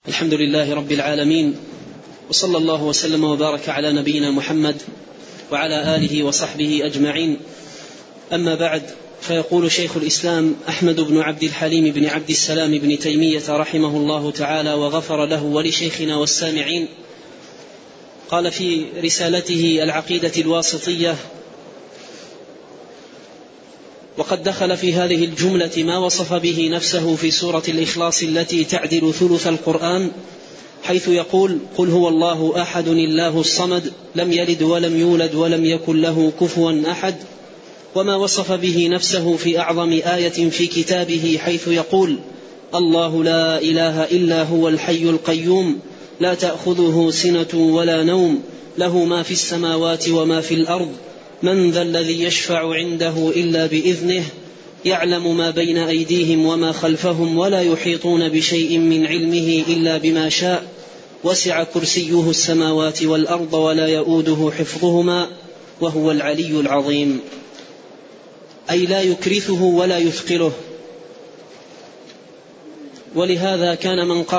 الحمد لله رب العالمين، وصلى الله وسلم وبارك على نبينا محمد وعلى آله وصحبه أجمعين. أما بعد، فيقول شيخ الإسلام أحمد بن عبد الحليم بن عبد السلام بن تيمية رحمه الله تعالى وغفر له ولشيخنا والسامعين، قال في رسالته العقيدة الواسطية: وقد دخل في هذه الجملة ما وصف به نفسه في سورة الإخلاص التي تعدل ثلث القرآن، حيث يقول: قل هو الله أحد الله الصمد لم يلد ولم يولد ولم يكن له كفوا أحد، وما وصف به نفسه في أعظم آية في كتابه، حيث يقول: الله لا إله إلا هو الحي القيوم لا تأخذه سنة ولا نوم له ما في السماوات وما في الأرض من ذا الذي يشفع عنده إلا بإذنه يعلم ما بين أيديهم وما خلفهم ولا يحيطون بشيء من علمه إلا بما شاء وسع كرسيه السماوات والأرض ولا يؤوده حفظهما وهو العلي العظيم. أي لا يكرثه ولا يثقله. ولهذا كان من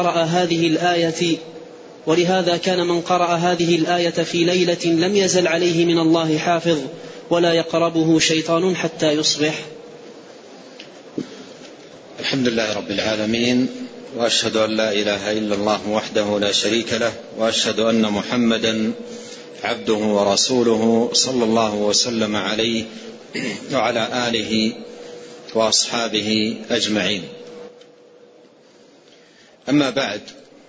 قرأ هذه الآية في ليلة لم يزل عليه من الله حافظ ولا يقربه شيطان حتى يصبح. الحمد لله رب العالمين، وأشهد أن لا إله إلا الله وحده لا شريك له، وأشهد أن محمدا عبده ورسوله صلى الله وسلم عليه وعلى آله وأصحابه أجمعين. أما بعد،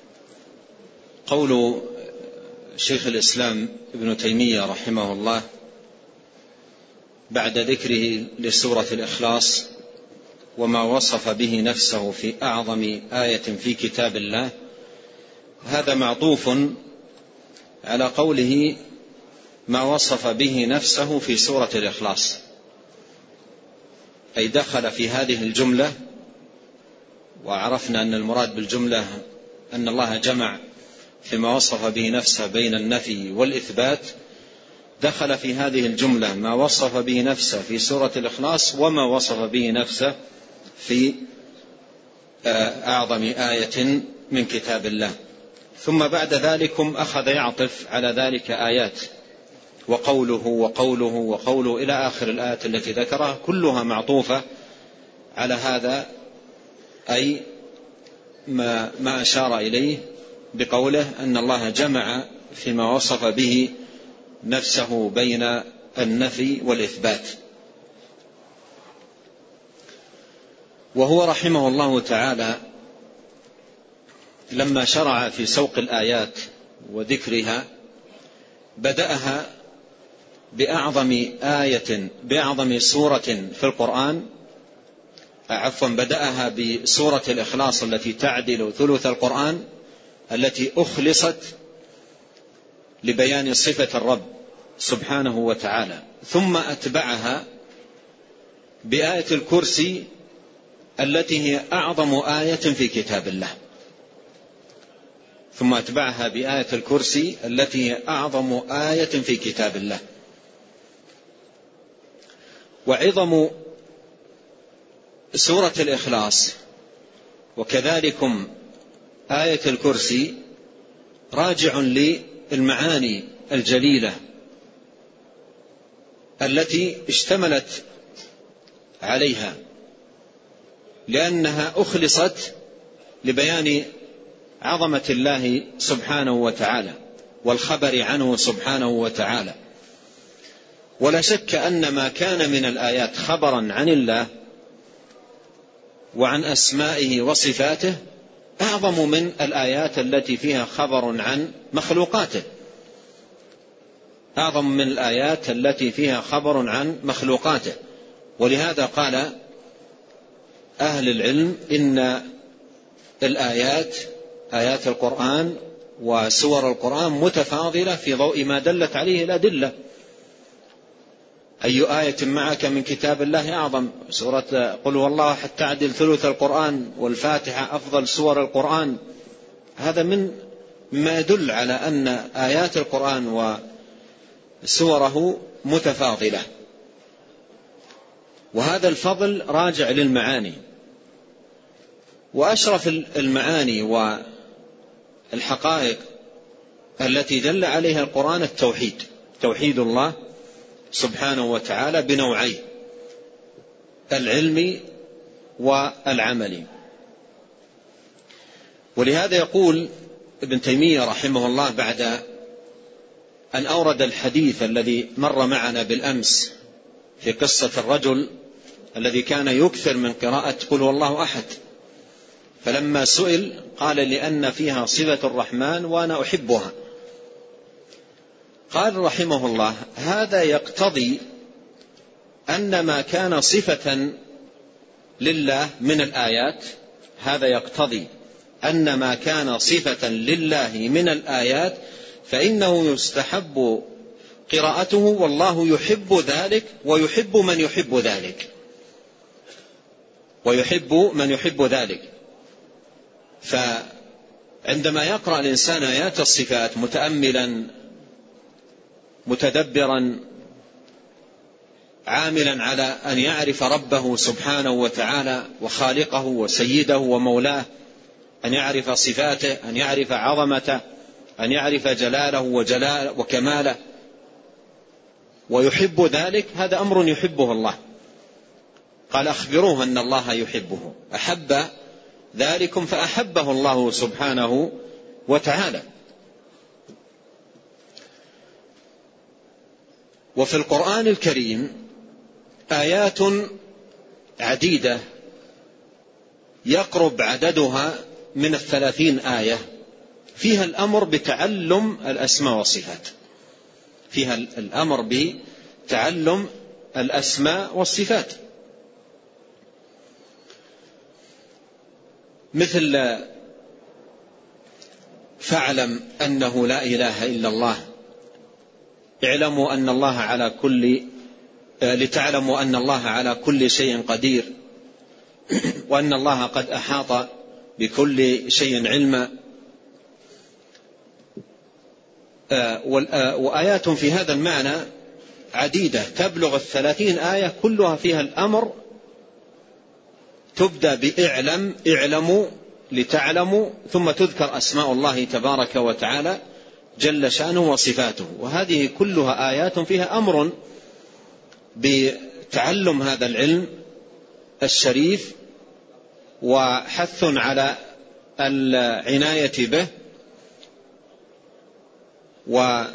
قول شيخ الإسلام ابن تيمية رحمه الله بعد ذكره لسورة الإخلاص وما وصف به نفسه في أعظم آية في كتاب الله، هذا معطوف على قوله ما وصف به نفسه في سورة الإخلاص، أي دخل في هذه الجملة. وعرفنا أن المراد بالجملة أن الله جمع فيما وصف به نفسه بين النفي والإثبات، دخل في هذه الجملة ما وصف به نفسه في سورة الإخلاص وما وصف به نفسه في أعظم آية من كتاب الله. ثم بعد ذلكم أخذ يعطف على ذلك آيات، وقوله وقوله وقوله إلى آخر الآية التي ذكرها كلها معطوفة على هذا، أي ما أشار إليه بقوله أن الله جمع فيما وصف به نفسه بين النفي والإثبات. وهو رحمه الله تعالى لما شرع في سوق الآيات وذكرها بدأها بأعظم سورة في القرآن، بدأها بسورة الإخلاص التي تعدل ثلث القرآن، التي أخلصت لبيان صفة الرب سبحانه وتعالى. ثم أتبعها بآية الكرسي التي هي أعظم آية في كتاب الله. ثم أتبعها بآية الكرسي التي هي أعظم آية في كتاب الله. وعظم سورة الإخلاص وكذلكم آية الكرسي راجع للمعاني الجليلة التي اشتملت عليها، لأنها أخلصت لبيان عظمة الله سبحانه وتعالى والخبر عنه سبحانه وتعالى. ولا شك أن ما كان من الآيات خبرا عن الله وعن أسمائه وصفاته أعظم من الآيات التي فيها خبر عن مخلوقاته، أعظم من الآيات التي فيها خبر عن مخلوقاته. ولهذا قال أهل العلم إن الآيات، آيات القرآن وسور القرآن متفاضلة في ضوء ما دلت عليه الأدلة. أي آية معك من كتاب الله أعظم؟ سورة قل هو الله حتى تعدل ثلث القرآن، والفاتحة أفضل سور القرآن. هذا مما يدل على أن آيات القرآن وسوره متفاضلة، وهذا الفضل راجع للمعاني. وأشرف المعاني الحقائق التي دل عليها القرآن التوحيد، توحيد الله سبحانه وتعالى بنوعين: العلم والعمل. ولهذا يقول ابن تيمية رحمه الله بعد أن أورد الحديث الذي مر معنا بالأمس في قصة الرجل الذي كان يكثر من قراءة قل هو الله أحد، فلما سئل قال: لأن فيها صفة الرحمن وأنا أحبها. قال رحمه الله: هذا يقتضي أن ما كان صفة لله من الآيات، هذا يقتضي أن ما كان صفة لله من الآيات فإنه يستحب قراءته، والله يحب ذلك ويحب من يحب ذلك، ويحب من يحب ذلك. فعندما يقرأ الإنسان آيات الصفات متأملا متدبرا عاملا على أن يعرف ربه سبحانه وتعالى وخالقه وسيده ومولاه، أن يعرف صفاته، أن يعرف عظمته، أن يعرف جلاله وكماله ويحب ذلك، هذا أمر يحبه الله. قال: أخبروه أن الله يحبه، أحب ذلكم فأحبه الله سبحانه وتعالى. وفي القرآن الكريم آيات عديدة يقرب عددها من 30 آية فيها الأمر بتعلم الأسماء والصفات، فيها الأمر بتعلم الأسماء والصفات، مثل: فاعلم أنه لا إله إلا الله، اعلموا أن الله على كل لتعلموا أن الله على كل شيء قدير، وأن الله قد أحاط بكل شيء علما. وآيات في هذا المعنى عديدة تبلغ 30 آية، كلها فيها الأمر، تبدأ بإعلم، اعلموا، لتعلموا، ثم تذكر أسماء الله تبارك وتعالى جل شأنه وصفاته. وهذه كلها آيات فيها أمر بتعلم هذا العلم الشريف، وحث على العناية به، وحث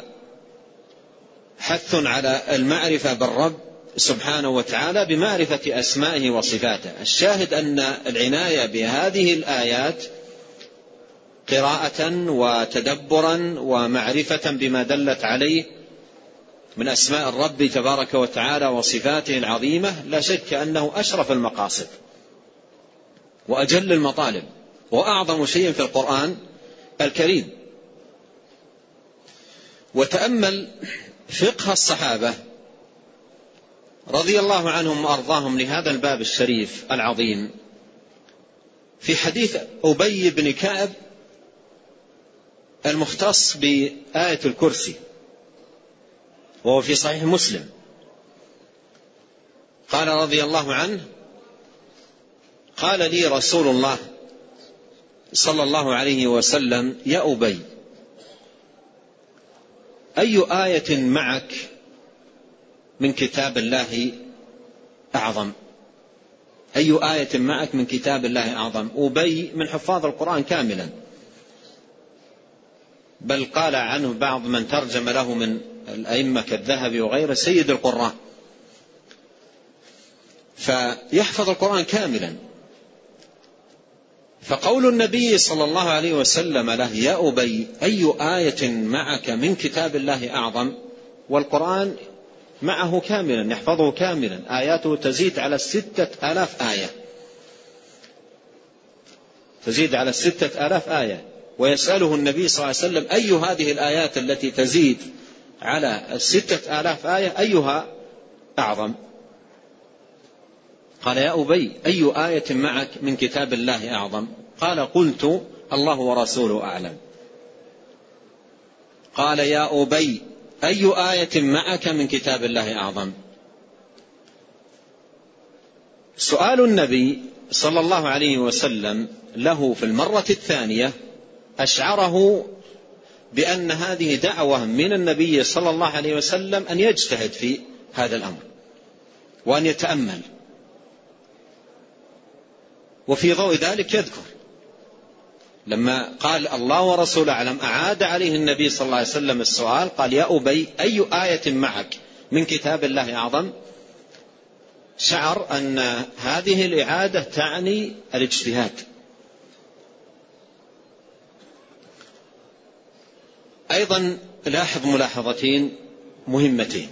على المعرفة بالرب سبحانه وتعالى بمعرفة أسمائه وصفاته. الشاهد أن العناية بهذه الآيات قراءة وتدبرا ومعرفة بما دلت عليه من أسماء الرب تبارك وتعالى وصفاته العظيمة لا شك أنه أشرف المقاصد وأجل المطالب وأعظم شيء في القرآن الكريم. وتأمل فقه الصحابة رضي الله عنهم وأرضاهم لهذا الباب الشريف العظيم في حديث أبي بن كعب المختص بآية الكرسي، وهو في صحيح مسلم. قال رضي الله عنه: قال لي رسول الله صلى الله عليه وسلم: يا أبي، أي آية معك من كتاب الله أعظم؟ أي آية معك من كتاب الله أعظم؟ أبي من حفاظ القرآن كاملا، بل قال عنه بعض من ترجم له من الأئمة كالذهبي وغيره سيد القراء، فيحفظ القرآن كاملا. فقول النبي صلى الله عليه وسلم له: يا أبي، أي آية معك من كتاب الله أعظم؟ والقرآن معه كاملا، يحفظه كاملا، آياته تزيد على 6000 آية، تزيد على 6000 آية. ويسأله النبي صلى الله عليه وسلم: أي هذه الآيات التي تزيد على 6000 آية أيها أعظم؟ قال: يا أبي، أي آية معك من كتاب الله أعظم؟ قال: قلت: الله ورسوله أعلم. قال: يا أبي، أي آية معك من كتاب الله أعظم؟ سؤال النبي صلى الله عليه وسلم له في المرة الثانية أشعره بأن هذه دعوة من النبي صلى الله عليه وسلم أن يجتهد في هذا الأمر وأن يتأمل. وفي ضوء ذلك يذكر لما قال الله ورسوله أعلم أعاد عليه النبي صلى الله عليه وسلم السؤال، قال يا أبي أي آية معك من كتاب الله أعظم؟ شعر أن هذه الإعادة تعني الاجتهاد. أيضا لاحظ ملاحظتين مهمتين: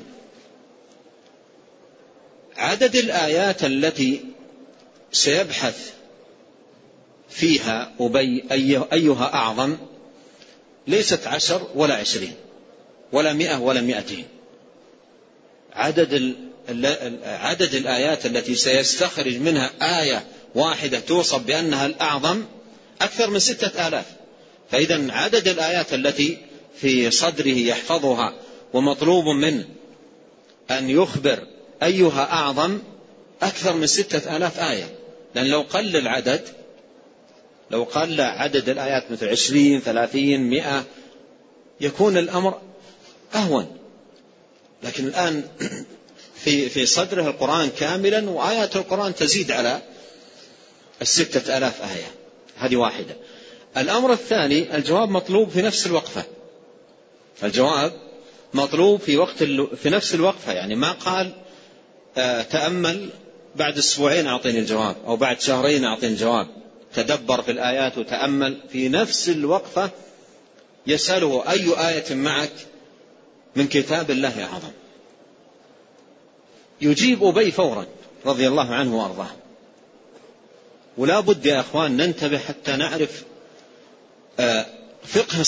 عدد الآيات التي سيبحث فيها أبي أيها أعظم ليست 10 ولا 20 ولا 100 ولا 200. عدد الآيات التي سيستخرج منها آية واحدة توصف بأنها الأعظم أكثر من 6000. فإذا عدد الآيات التي في صدره يحفظها ومطلوب منه أن يخبر أيها أعظم أكثر من 6000 آية. لأن لو قل عدد الآيات مثل 20 30 100 يكون الأمر أهون. لكن الآن في صدره القرآن كاملا، وآيات القرآن تزيد على 6000 آية. هذه واحدة. الأمر الثاني: الجواب مطلوب في نفس الوقفة. الجواب مطلوب في نفس الوقفة. يعني ما قال تأمل بعد أسبوعين أعطيني الجواب، أو بعد شهرين أعطيني الجواب. تدبر في الآيات وتأمل في نفس الوقفة. يسأله أي آية معك من كتاب الله أعظم؟ يجيب أبي فورا رضي الله عنه وأرضاه. ولا بد يا أخوان ننتبه حتى نعرف فقه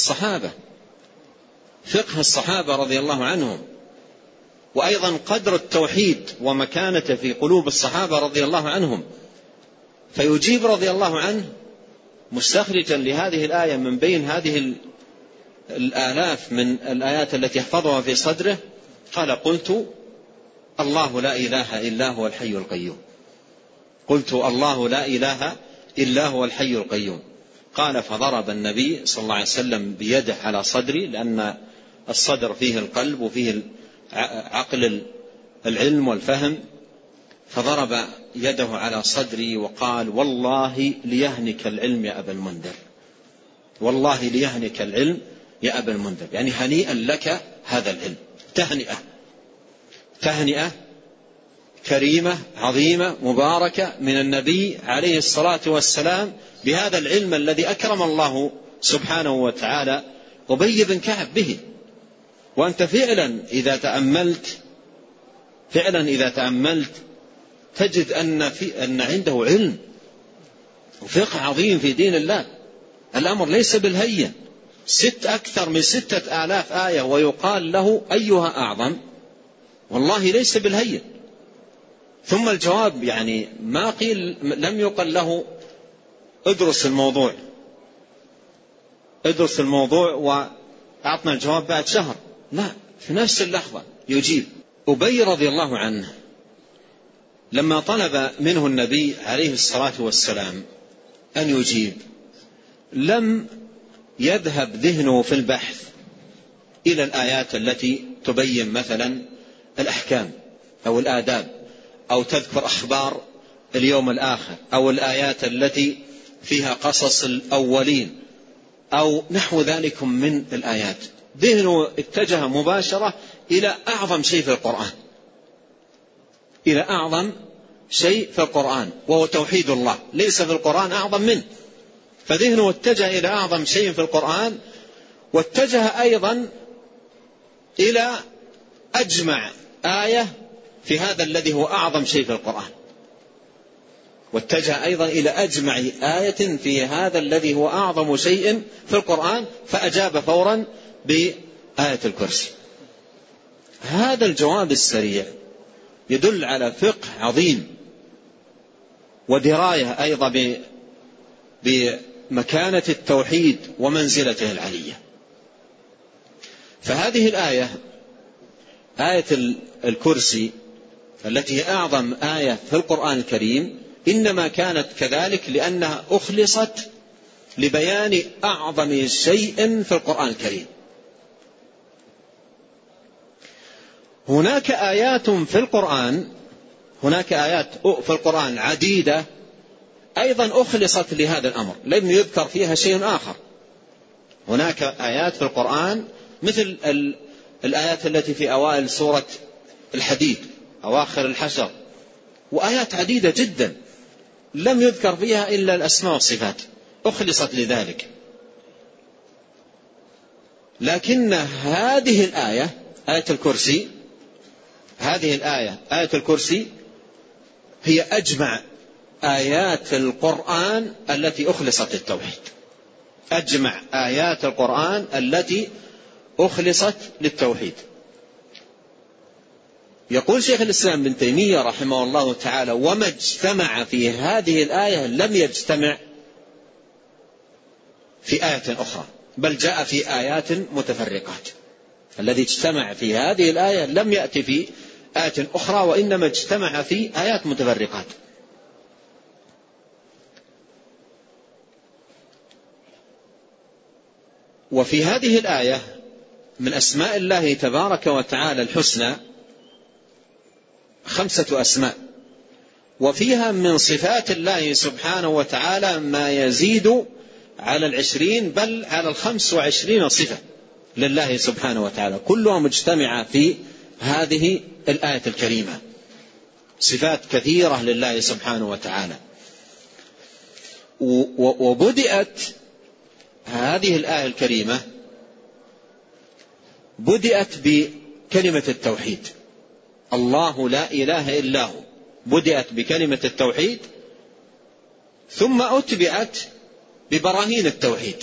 الصحابة رضي الله عنهم، وأيضا قدر التوحيد ومكانته في قلوب الصحابة رضي الله عنهم. فيجيب رضي الله عنه مستخرجا لهذه الآية من بين هذه الآلاف من الآيات التي يحفظها في صدره. قال قلت الله لا إله إلا هو الحي القيوم. قلت الله لا إله إلا هو الحي القيوم. قال فضرب النبي صلى الله عليه وسلم بيده على صدري، لأن الصدر فيه القلب وفيه عقل العلم والفهم. فضرب يده على صدري وقال والله ليهنك العلم يا أبا المنذر، والله ليهنك العلم يا أبا المنذر. يعني هنيئا لك هذا العلم، تهنئة كريمة عظيمة مباركة من النبي عليه الصلاة والسلام بهذا العلم الذي أكرم الله سبحانه وتعالى أبي بن كعب به. وأنت فعلا إذا تأملت تجد أن عنده علم وفقه عظيم في دين الله. الأمر ليس بالهين. أكثر من 6000 آية ويقال له أيها أعظم، والله ليس بالهين. ثم الجواب يعني ما قيل، لم يقل له ادرس الموضوع وأعطنا الجواب بعد شهر. لا، في نفس اللحظة يجيب. أبي رضي الله عنه لما طلب منه النبي عليه الصلاة والسلام أن يجيب، لم يذهب ذهنه في البحث إلى الآيات التي تبين مثلا الأحكام أو الآداب، أو تذكر أخبار اليوم الآخر، أو الآيات التي فيها قصص الأولين، أو نحو ذلك من الآيات. ذهنه اتجه مباشرة إلى أعظم شيء في القرآن، وهو توحيد الله. ليس في القرآن أعظم منه. فذهنه اتجه إلى أعظم شيء في القرآن، واتجه أيضا إلى أجمع آية في هذا الذي هو أعظم شيء في القرآن، واتجه أيضا إلى أجمع آية في هذا الذي هو أعظم شيء في القرآن، فأجاب فورا بآية الكرسي. هذا الجواب السريع يدل على فقه عظيم، ودراية أيضا بمكانة التوحيد ومنزلته العلية. فهذه الآية، آية الكرسي التي هي أعظم آية في القرآن الكريم، إنما كانت كذلك لأنها أخلصت لبيان أعظم شيء في القرآن الكريم. هناك آيات في القرآن عديدة أيضا أخلصت لهذا الأمر، لم يذكر فيها شيء آخر. هناك آيات في القرآن مثل الآيات التي في أوائل سورة الحديد، أواخر الحشر، وآيات عديدة جدا لم يذكر فيها إلا الأسماء والصفات، أخلصت لذلك. لكن هذه الآية، آية الكرسي، هذه الآية آية الكرسي هي أجمع آيات القرآن التي أخلصت للتوحيد، أجمع آيات القرآن التي أخلصت للتوحيد. يقول شيخ الإسلام ابن تيمية رحمه الله تعالى: وما اجتمع في هذه الآية لم يجتمع في آية أخرى، بل جاء في آيات متفرقات. الذي اجتمع في هذه الآية لم يأتي في آية أخرى، وإنما اجتمع في آيات متفرقات. وفي هذه الآية من أسماء الله تبارك وتعالى الحسنى 5 أسماء، وفيها من صفات الله سبحانه وتعالى ما يزيد على 20 بل على 25 صفة لله سبحانه وتعالى، كلها مجتمعة في هذه الآية الكريمة، صفات كثيرة لله سبحانه وتعالى. وبدأت هذه الآية الكريمة بدأت بكلمة التوحيد، الله لا إله إلا هو، بدأت بكلمة التوحيد ثم أتبعت ببراهين التوحيد،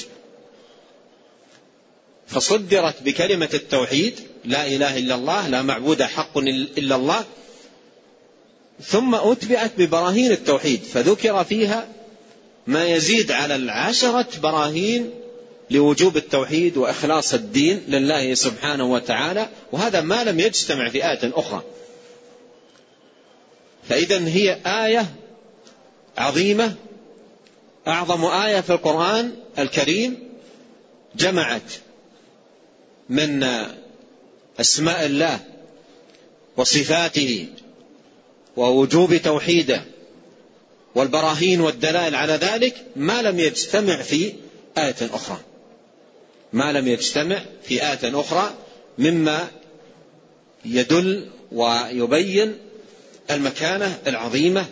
فصدرت بكلمة التوحيد لا إله إلا الله، لا معبود حق إلا الله، ثم أتبعت ببراهين التوحيد، فذكر فيها ما يزيد على 10 براهين لوجوب التوحيد وإخلاص الدين لله سبحانه وتعالى، وهذا ما لم يجتمع في آية أخرى. فإذن هي آية عظيمة، أعظم آية في القرآن الكريم، جمعت من أسماء الله وصفاته ووجوب توحيده والبراهين والدلائل على ذلك ما لم يجتمع في آية أخرى، ما لم يجتمع في آية أخرى، مما يدل ويبين المكانة العظيمة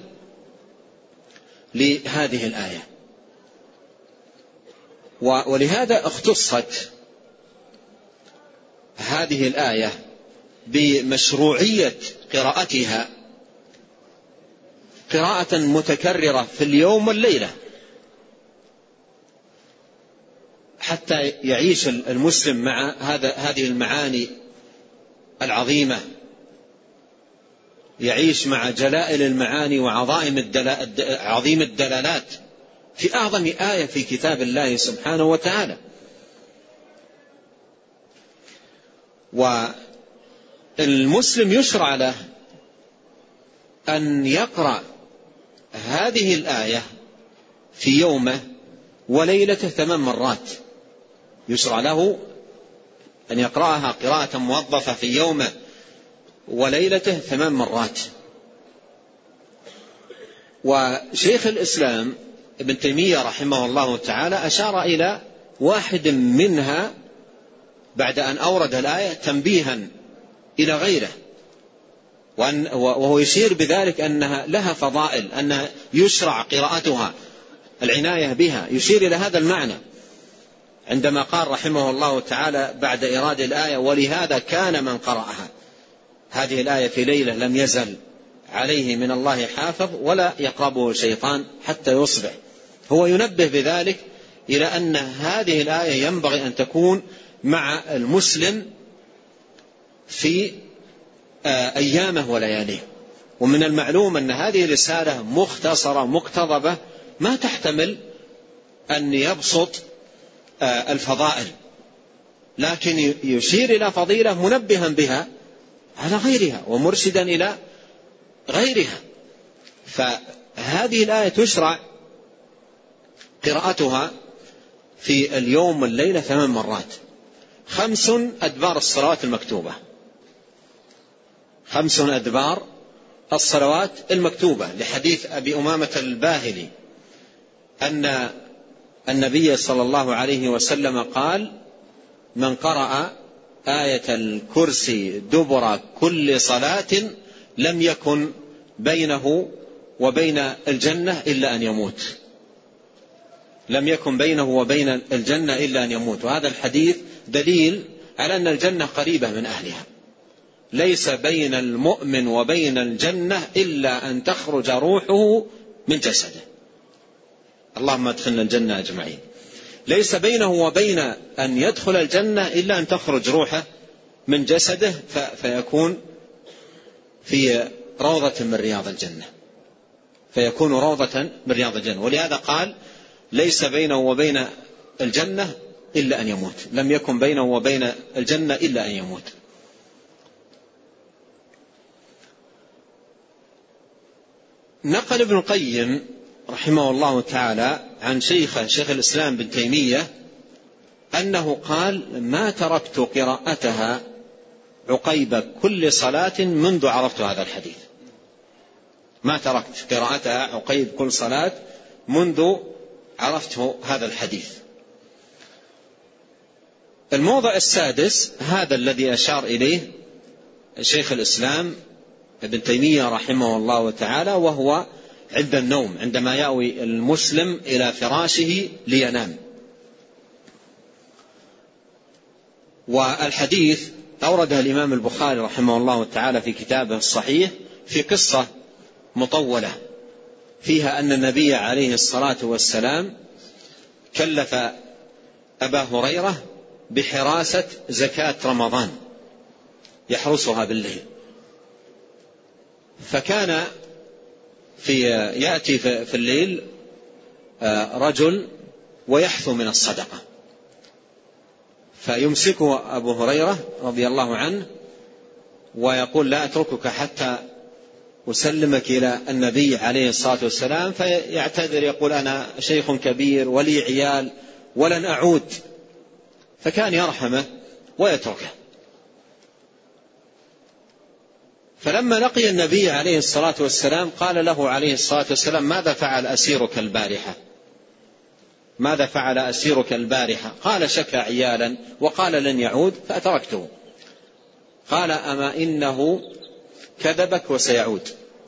لهذه الآية. ولهذا اختصت هذه الآية بمشروعية قراءتها قراءة متكررة في اليوم والليلة، حتى يعيش المسلم مع هذه المعاني العظيمة، يعيش مع جلائل المعاني وعظيم الدلالات في أعظم آية في كتاب الله سبحانه وتعالى. والمسلم يشرع له أن يقرأ هذه الآية في يومه وليلته 8 مرات، يشرع له أن يقرأها قراءة موظفة في يومه وليلته 8 مرات. وشيخ الإسلام ابن تيمية رحمه الله تعالى أشار إلى واحد منها بعد أن أورد الآية تنبيها إلى غيره، وهو يشير بذلك أنها لها فضائل، أنها يشرع قراءتها، العناية بها، يشير إلى هذا المعنى عندما قال رحمه الله تعالى بعد إيراد الآية: ولهذا كان من قرأها، هذه الآية في ليلة لم يزل عليه من الله حافظ ولا يقربه شيطان حتى يصبح. هو ينبه بذلك إلى أن هذه الآية ينبغي أن تكون مع المسلم في أيامه ولياليه. ومن المعلوم أن هذه الرسالة مختصرة مقتضبة ما تحتمل أن يبسط الفضائل، لكن يشير إلى فضيلة منبها بها على غيرها ومرشدا إلى غيرها. فهذه الآية تشرع قراءتها في اليوم والليلة 8 مرات. 5 أدبار الصلوات المكتوبة، 5 أدبار الصلوات المكتوبة، لحديث أبي أمامة الباهلي أن النبي صلى الله عليه وسلم قال: من قرأ آية الكرسي دبر كل صلاة لم يكن بينه وبين الجنة إلا أن يموت، لم يكن بينه وبين الجنة إلا أن يموت. وهذا الحديث دليل على أن الجنة قريبة من أهلها، ليس بين المؤمن وبين الجنة إلا أن تخرج روحه من جسده، اللهم ادخلنا الجنة أجمعين. ليس بينه وبين أن يدخل الجنة إلا أن تخرج روحه من جسده فيكون في روضة من رياض الجنة، فيكون روضة من رياض الجنة. ولهذا قال: ليس بينه وبين الجنة إلا أن يموت، لم يكن بينه وبين الجنة إلا أن يموت. نقل ابن القيم رحمه الله تعالى عن شيخ الإسلام بن تيمية أنه قال: ما تركت قراءتها عقيب كل صلاة منذ عرفت هذا الحديث. ما تركت قراءتها عقيب كل صلاة منذ عرفت هذا الحديث. الموضع السادس هذا الذي أشار إليه شيخ الإسلام ابن تيمية رحمه الله تعالى، وهو عند النوم، عندما يأوي المسلم إلى فراشه لينام. والحديث أوردها الإمام البخاري رحمه الله تعالى في كتابه الصحيح في قصة مطولة فيها أن النبي عليه الصلاة والسلام كلف أبا هريرة بحراسة زكاة رمضان، يحرسها بالليل. فكان يأتي في الليل رجل ويحثو من الصدقة، فيمسكه أبو هريرة رضي الله عنه ويقول: لا أتركك حتى أسلمك إلى النبي عليه الصلاة والسلام. فيعتذر يقول: أنا شيخ كبير ولي عيال ولن أعود. فكان يرحمه ويتركه. فلما لقي النبي عليه الصلاة والسلام قال له عليه الصلاة والسلام: ماذا فعل أسيرك البارحة؟ ماذا فعل أسيرك البارحة؟ قال: شكى عيالا وقال لن يعود فأتركته. قال: أما إنه كذبك وسيعود.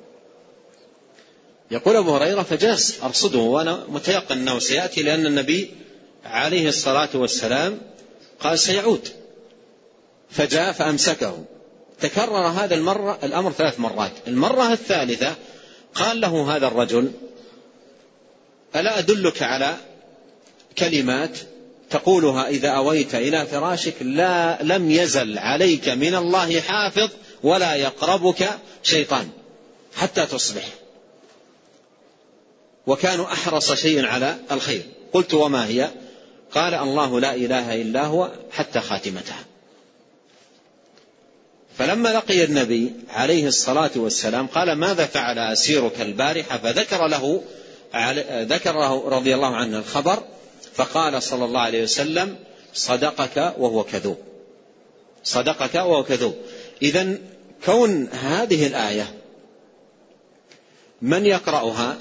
يقول أبو هريرة: فجلس أرصده وأنا متيقن أنه سيأتي، لأن النبي عليه الصلاة والسلام قال سيعود. فجاء فأمسكه. تكرر هذا الأمر 3 مرات. المرة الثالثة قال له هذا الرجل: ألا أدلك على كلمات تقولها إذا أويت إلى فراشك لم يزل عليك من الله حافظ ولا يقربك شيطان حتى تصبح. وكانوا أحرص شيء على الخير. قلت: وما هي؟ قال: الله لا إله إلا هو حتى خاتمتها. فلما لقي النبي عليه الصلاة والسلام قال: ماذا فعل أسيرك البارحة؟ ذكر له رضي الله عنه الخبر. فقال صلى الله عليه وسلم: صدقك وهو كذوب، صدقك وهو كذوب. إذن كون هذه الآية من يقرأها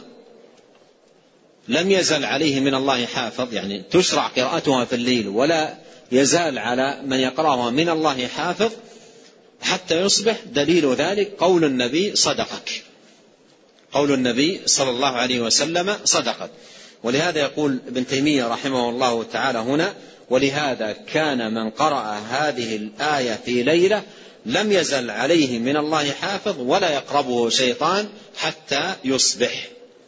لم يزل عليه من الله حافظ، يعني تشرع قراءتها في الليل ولا يزال على من يقرأها من الله حافظ حتى يصبح. دليل ذلك قول النبي: صدقك، قول النبي صلى الله عليه وسلم: صدقك. ولهذا يقول ابن تيمية رحمه الله تعالى هنا: ولهذا كان من قرأ هذه الآية في ليلة لم يزل عليه من الله حافظ ولا يقربه شيطان حتى يصبح.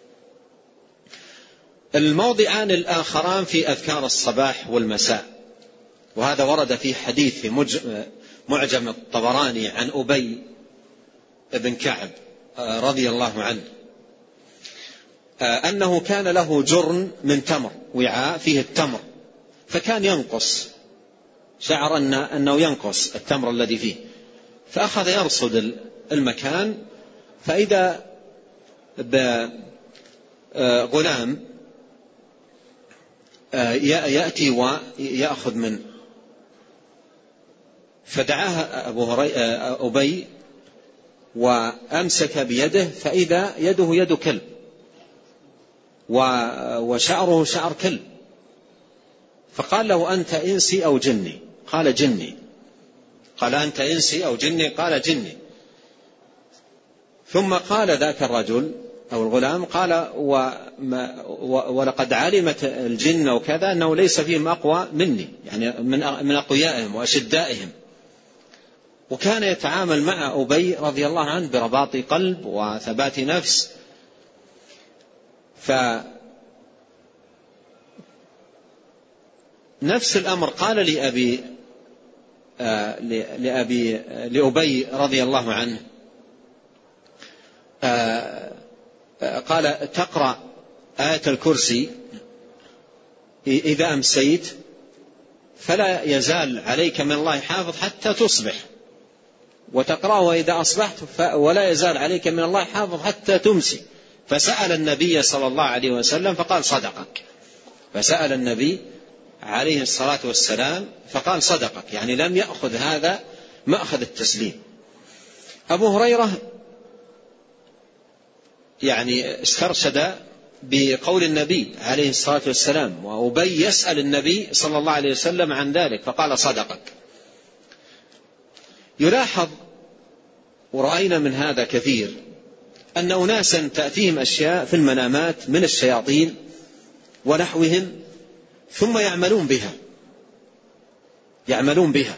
الموضعان الآخران في أذكار الصباح والمساء، وهذا ورد في حديث في معجم الطبراني عن أبي بن كعب رضي الله عنه أنه كان له جرن من تمر، وعاء فيه التمر، فكان ينقص، شعر أنه ينقص التمر الذي فيه، فأخذ يرصد المكان، فإذا بغلام يأتي ويأخذ منه. فدعاه أبي وأمسك بيده، فإذا يده يد كلب وشعره شعر كلب، فقال له: أنت إنسي أو جني؟ قال: جني. قال: أنت إنسي أو جني؟ قال: جني. ثم قال ذاك الرجل أو الغلام، قال: ولقد علمت الجن وكذا أنه ليس فيهم أقوى مني، يعني من أقويائهم وأشدائهم. وكان يتعامل مع أبي رضي الله عنه برباط قلب وثبات نفس. نفس الأمر قال لأبي رضي الله عنه، قال: تقرأ آية الكرسي إذا أمسيت فلا يزال عليك من الله حافظ حتى تصبح، وتقرأه إذا أصبحت ولا يزال عليك من الله حافظ حتى تمسي. فسأل النبي صلى الله عليه وسلم فقال: صدقك. فسأل النبي عليه الصلاة والسلام فقال: صدقك، يعني لم يأخذ هذا مأخذ التسليم. أبو هريرة يعني استرشد بقول النبي عليه الصلاة والسلام، وأبي يسأل النبي صلى الله عليه وسلم عن ذلك فقال: صدقك. يلاحظ، ورأينا من هذا كثير، أن أناسا تأتيهم أشياء في المنامات من الشياطين ونحوهم ثم يعملون بها.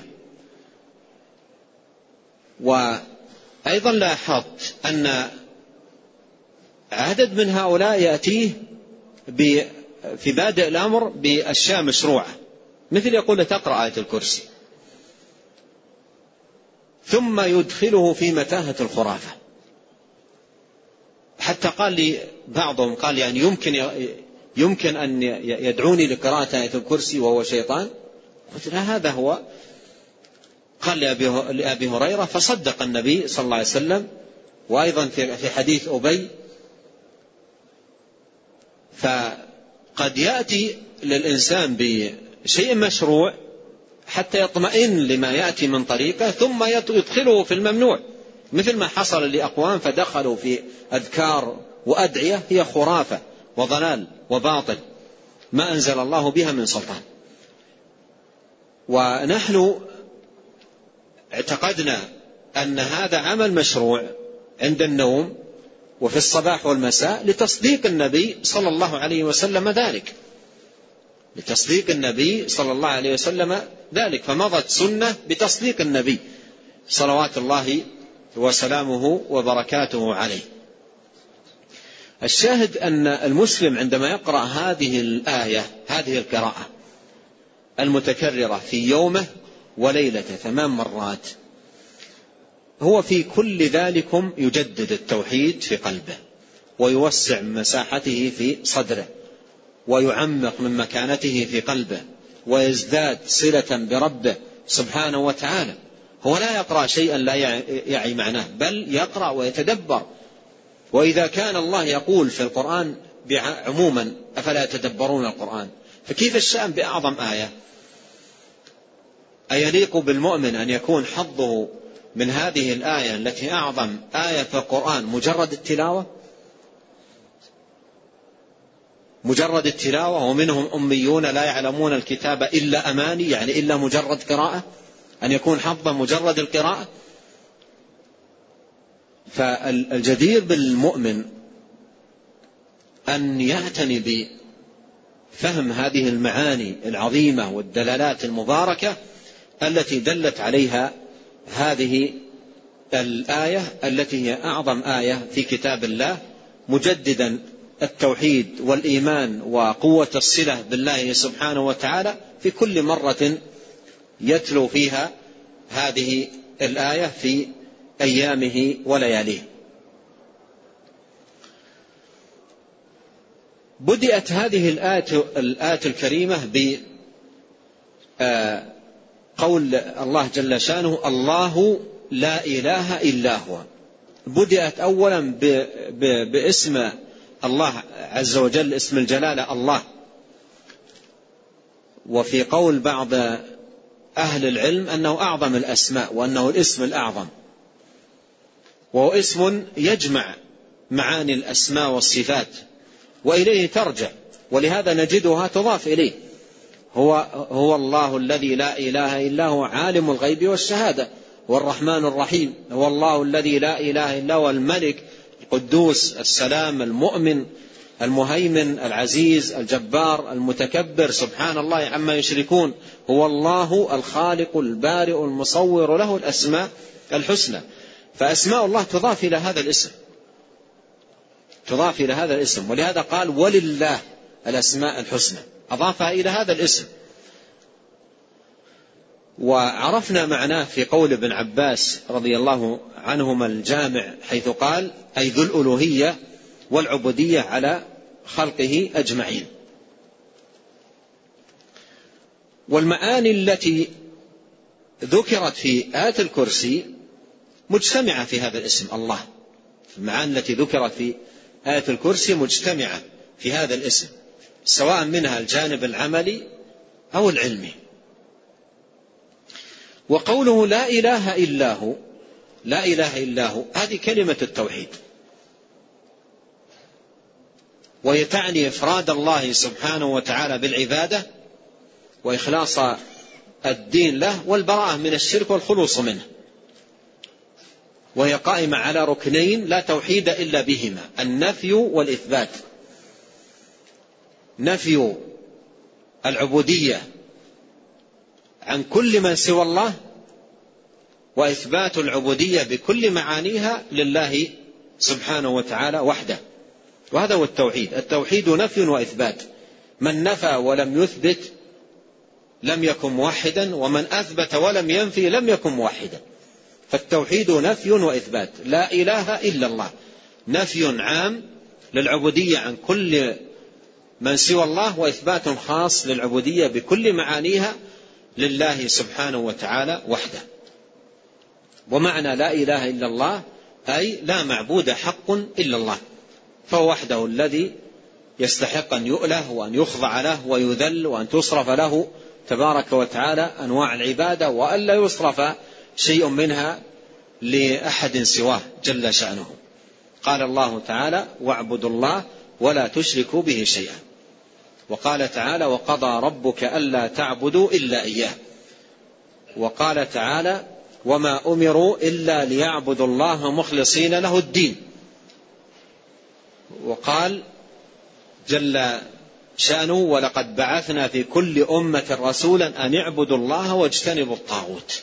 وأيضا لاحظت أن عدد من هؤلاء يأتيه في بادئ الأمر بأشياء مشروعة، مثل يقول: تقرأ آية الكرسي، ثم يدخله في متاهة الخرافة. حتى قال لي بعضهم، قال: يعني يمكن أن يدعوني لقراءة آية الكرسي وهو شيطان؟ قلت: لا، هذا هو. قال لأبي هريرة، فصدق النبي صلى الله عليه وسلم. وأيضا في حديث أبي، فقد يأتي للإنسان بشيء مشروع حتى يطمئن لما يأتي من طريقه، ثم يدخله في الممنوع، مثل ما حصل لأقوام فدخلوا في أذكار وأدعية هي خرافة وضلال وباطل ما أنزل الله بها من سلطان. ونحن اعتقدنا أن هذا عمل مشروع عند النوم وفي الصباح والمساء لتصديق النبي صلى الله عليه وسلم ذلك، فمضت سنة بتصديق النبي صلوات الله وسلامه وبركاته عليه. الشاهد أن المسلم عندما يقرأ هذه الآية، هذه القراءة المتكررة في يومه وليلته 8 مرات، هو في كل ذلكم يجدد التوحيد في قلبه، ويوسع مساحته في صدره، ويعمق من مكانته في قلبه، ويزداد صلة بربه سبحانه وتعالى. هو لا يقرأ شيئا لا يعي معناه، بل يقرأ ويتدبر. وإذا كان الله يقول في القرآن عموما: أفلا يتدبرون القرآن؟ فكيف الشأن بأعظم آية؟ أيليق بالمؤمن أن يكون حظه من هذه الآية التي أعظم آية في القرآن مجرد التلاوة، ومنهم أميون لا يعلمون الكتاب إلا أماني، يعني إلا مجرد قراءة، أن يكون حظا مجرد القراءة؟ فالجدير بالمؤمن أن يعتني بفهم هذه المعاني العظيمة والدلالات المباركة التي دلت عليها هذه الآية، التي هي أعظم آية في كتاب الله، مجددا التوحيد والإيمان وقوة الصلة بالله سبحانه وتعالى في كل مرة يتلو فيها هذه الآية في أيامه ولياليه. بدأت هذه الآية الكريمة بقول الله جل شانه: الله لا إله إلا هو. بدأت أولا باسم الله عز وجل، اسم الجلالة الله، وفي قول بعض أهل العلم أنه أعظم الأسماء، وأنه الاسم الأعظم، وهو اسم يجمع معاني الأسماء والصفات وإليه ترجع، ولهذا نجدها تضاف إليه. هو الله الذي لا إله إلا هو عالم الغيب والشهادة، والرحمن الرحيم. هو الله الذي لا إله إلا هو الملك القدوس السلام المؤمن المهيمن العزيز الجبار المتكبر، سبحان الله عما يشركون. هو الله الخالق البارئ المصور، له الأسماء الحسنى. فأسماء الله تضاف إلى هذا الاسم، تضاف إلى هذا الاسم، ولهذا قال ولله الأسماء الحسنى، أضافها إلى هذا الاسم. وعرفنا معناه في قول ابن عباس رضي الله عنهما الجامع، حيث قال أي ذو الألوهية والعبودية على خلقه أجمعين. والمعاني التي ذكرت في آية الكرسي مجتمعة في هذا الاسم الله. المعاني التي ذكرت في آية الكرسي مجتمعة في هذا الاسم، سواء منها الجانب العملي أو العلمي. وقوله لا إله إلا هو، لا إله إلا هو، هذه كلمة التوحيد، وهي تعني إفراد الله سبحانه وتعالى بالعبادة وإخلاص الدين له والبراءة من الشرك والخلوص منه. وهي قائمة على ركنين لا توحيد إلا بهما، النفي والإثبات. نفي العبودية عن كل من سوى الله، وإثبات العبودية بكل معانيها لله سبحانه وتعالى وحده. وهذا هو التوحيد. التوحيد نفي وإثبات. من نفى ولم يثبت لم يكن موحدا، ومن أثبت ولم ينفي لم يكن موحدا. فالتوحيد نفي وإثبات. لا إله إلا الله نفي عام للعبودية عن كل من سوى الله، وإثبات خاص للعبودية بكل معانيها لله سبحانه وتعالى وحده. ومعنى لا إله إلا الله أي لا معبود حق إلا الله، فهو وحده الذي يستحق أن يؤله وأن يخضع له ويذل، وأن تصرف له تبارك وتعالى أنواع العبادة، وأن لا يصرف شيء منها لأحد سواه جل شأنه. قال الله تعالى واعبدوا الله ولا تشركوا به شيئا. وقال تعالى وقضى ربك ألا تعبدوا إلا إياه. وقال تعالى وما أمروا إلا ليعبدوا الله مخلصين له الدين. وقال جل شأنه ولقد بعثنا في كل أمة رسولا أن اعبدوا الله واجتنبوا الطاغوت.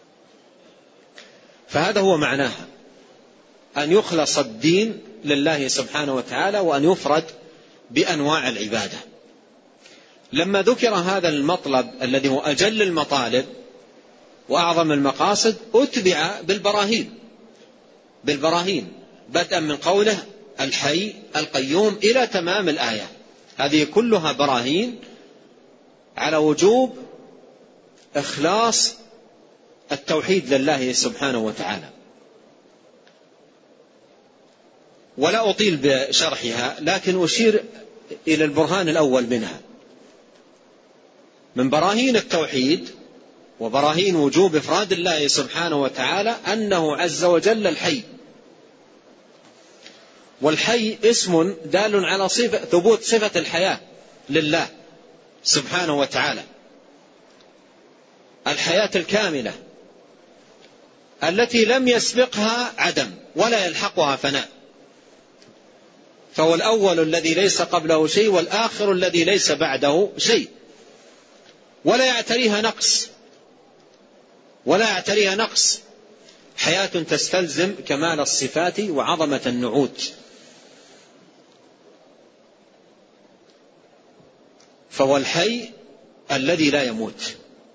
فهذا هو معناها، أن يخلص الدين لله سبحانه وتعالى، وأن يفرد بأنواع العبادة. لما ذكر هذا المطلب الذي هو أجل المطالب وأعظم المقاصد أتبع بالبراهين بدءا من قوله الحي القيوم إلى تمام الآية. هذه كلها براهين على وجوب إخلاص التوحيد لله سبحانه وتعالى. ولا أطيل بشرحها، لكن أشير إلى البرهان الأول منها. من براهين التوحيد وبراهين وجوب إفراد الله سبحانه وتعالى أنه عز وجل الحي. والحي اسم دال على ثبوت صفة الحياة لله سبحانه وتعالى، الحياة الكاملة التي لم يسبقها عدم ولا يلحقها فناء. فهو الأول الذي ليس قبله شيء، والآخر الذي ليس بعده شيء، ولا يعتريها نقص. حياة تستلزم كمال الصفات وعظمة النعوت. فهو الحي الذي لا يموت.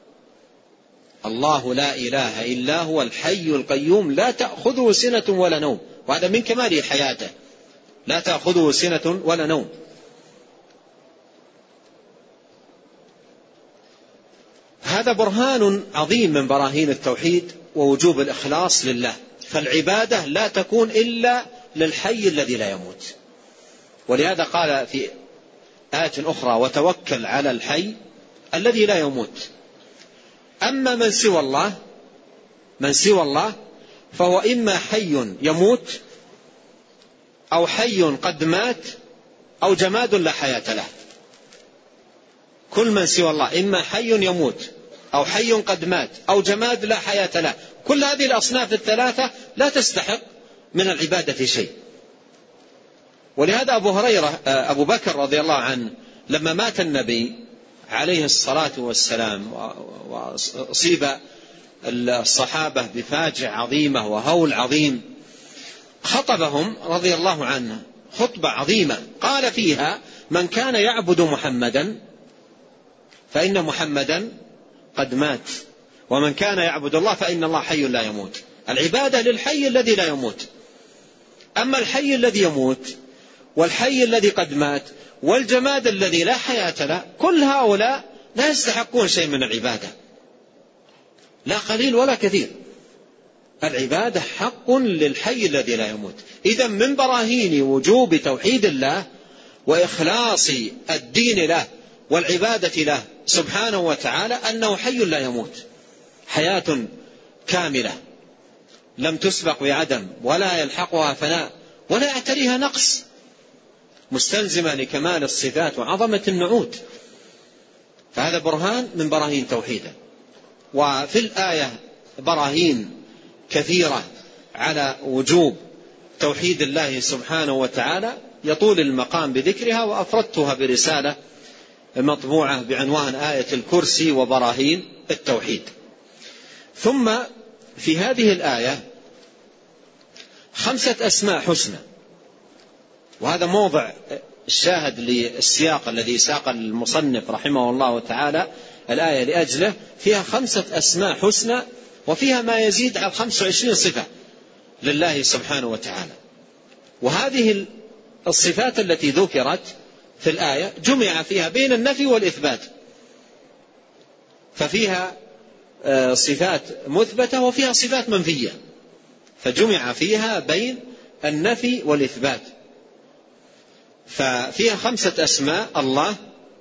الله لا إله إلا هو الحي القيوم لا تأخذه سنة ولا نوم، وهذا من كمال حياته، لا تأخذه سنة ولا نوم. هذا برهان عظيم من براهين التوحيد ووجوب الإخلاص لله. فالعبادة لا تكون إلا للحي الذي لا يموت. ولهذا قال في آية أخرى وتوكل على الحي الذي لا يموت. أما من سوى الله فهو إما حي يموت أو حي قد مات أو جماد لا حياة له. كل من سوى الله إما حي يموت أو حي قد مات أو جماد لا حياة له. كل هذه الأصناف الثلاثة لا تستحق من العبادة شيء. ولهذا أبو بكر رضي الله عنه لما مات النبي عليه الصلاة والسلام وأصيب الصحابة بفاجعة عظيمة وهول عظيم، خطبهم رضي الله عنه خطبة عظيمة قال فيها: من كان يعبد محمدا فإن محمدا قد مات، ومن كان يعبد الله فإن الله حي لا يموت. العبادة للحي الذي لا يموت. أما الحي الذي يموت والحي الذي قد مات والجماد الذي لا حياة له، كل هؤلاء لا يستحقون شيء من العبادة، لا قليل ولا كثير. العبادة حق للحي الذي لا يموت. إذن من براهين وجوب توحيد الله وإخلاص الدين له والعبادة له سبحانه وتعالى أنه حي لا يموت، حياة كاملة لم تسبق بعدم ولا يلحقها فناء ولا يعتريها نقص، مستلزمة لكمال الصفات وعظمة النعوت. فهذا برهان من براهين توحيده. وفي الآية براهين كثيرة على وجوب توحيد الله سبحانه وتعالى، يطول المقام بذكرها، وأفردتها برسالة مطبوعة بعنوان آية الكرسي وبراهين التوحيد. ثم في هذه الآية 5 أسماء حسنى، وهذا موضع الشاهد للسياق الذي ساق المصنف رحمه الله تعالى الآية لأجله. فيها 5 أسماء حسنى وفيها ما يزيد على 25 صفة لله سبحانه وتعالى. وهذه الصفات التي ذكرت في الآية جمع فيها بين النفي والإثبات، ففيها صفات مثبتة وفيها صفات منفية، فجمع فيها بين النفي والإثبات. ففيها 5 أسماء: الله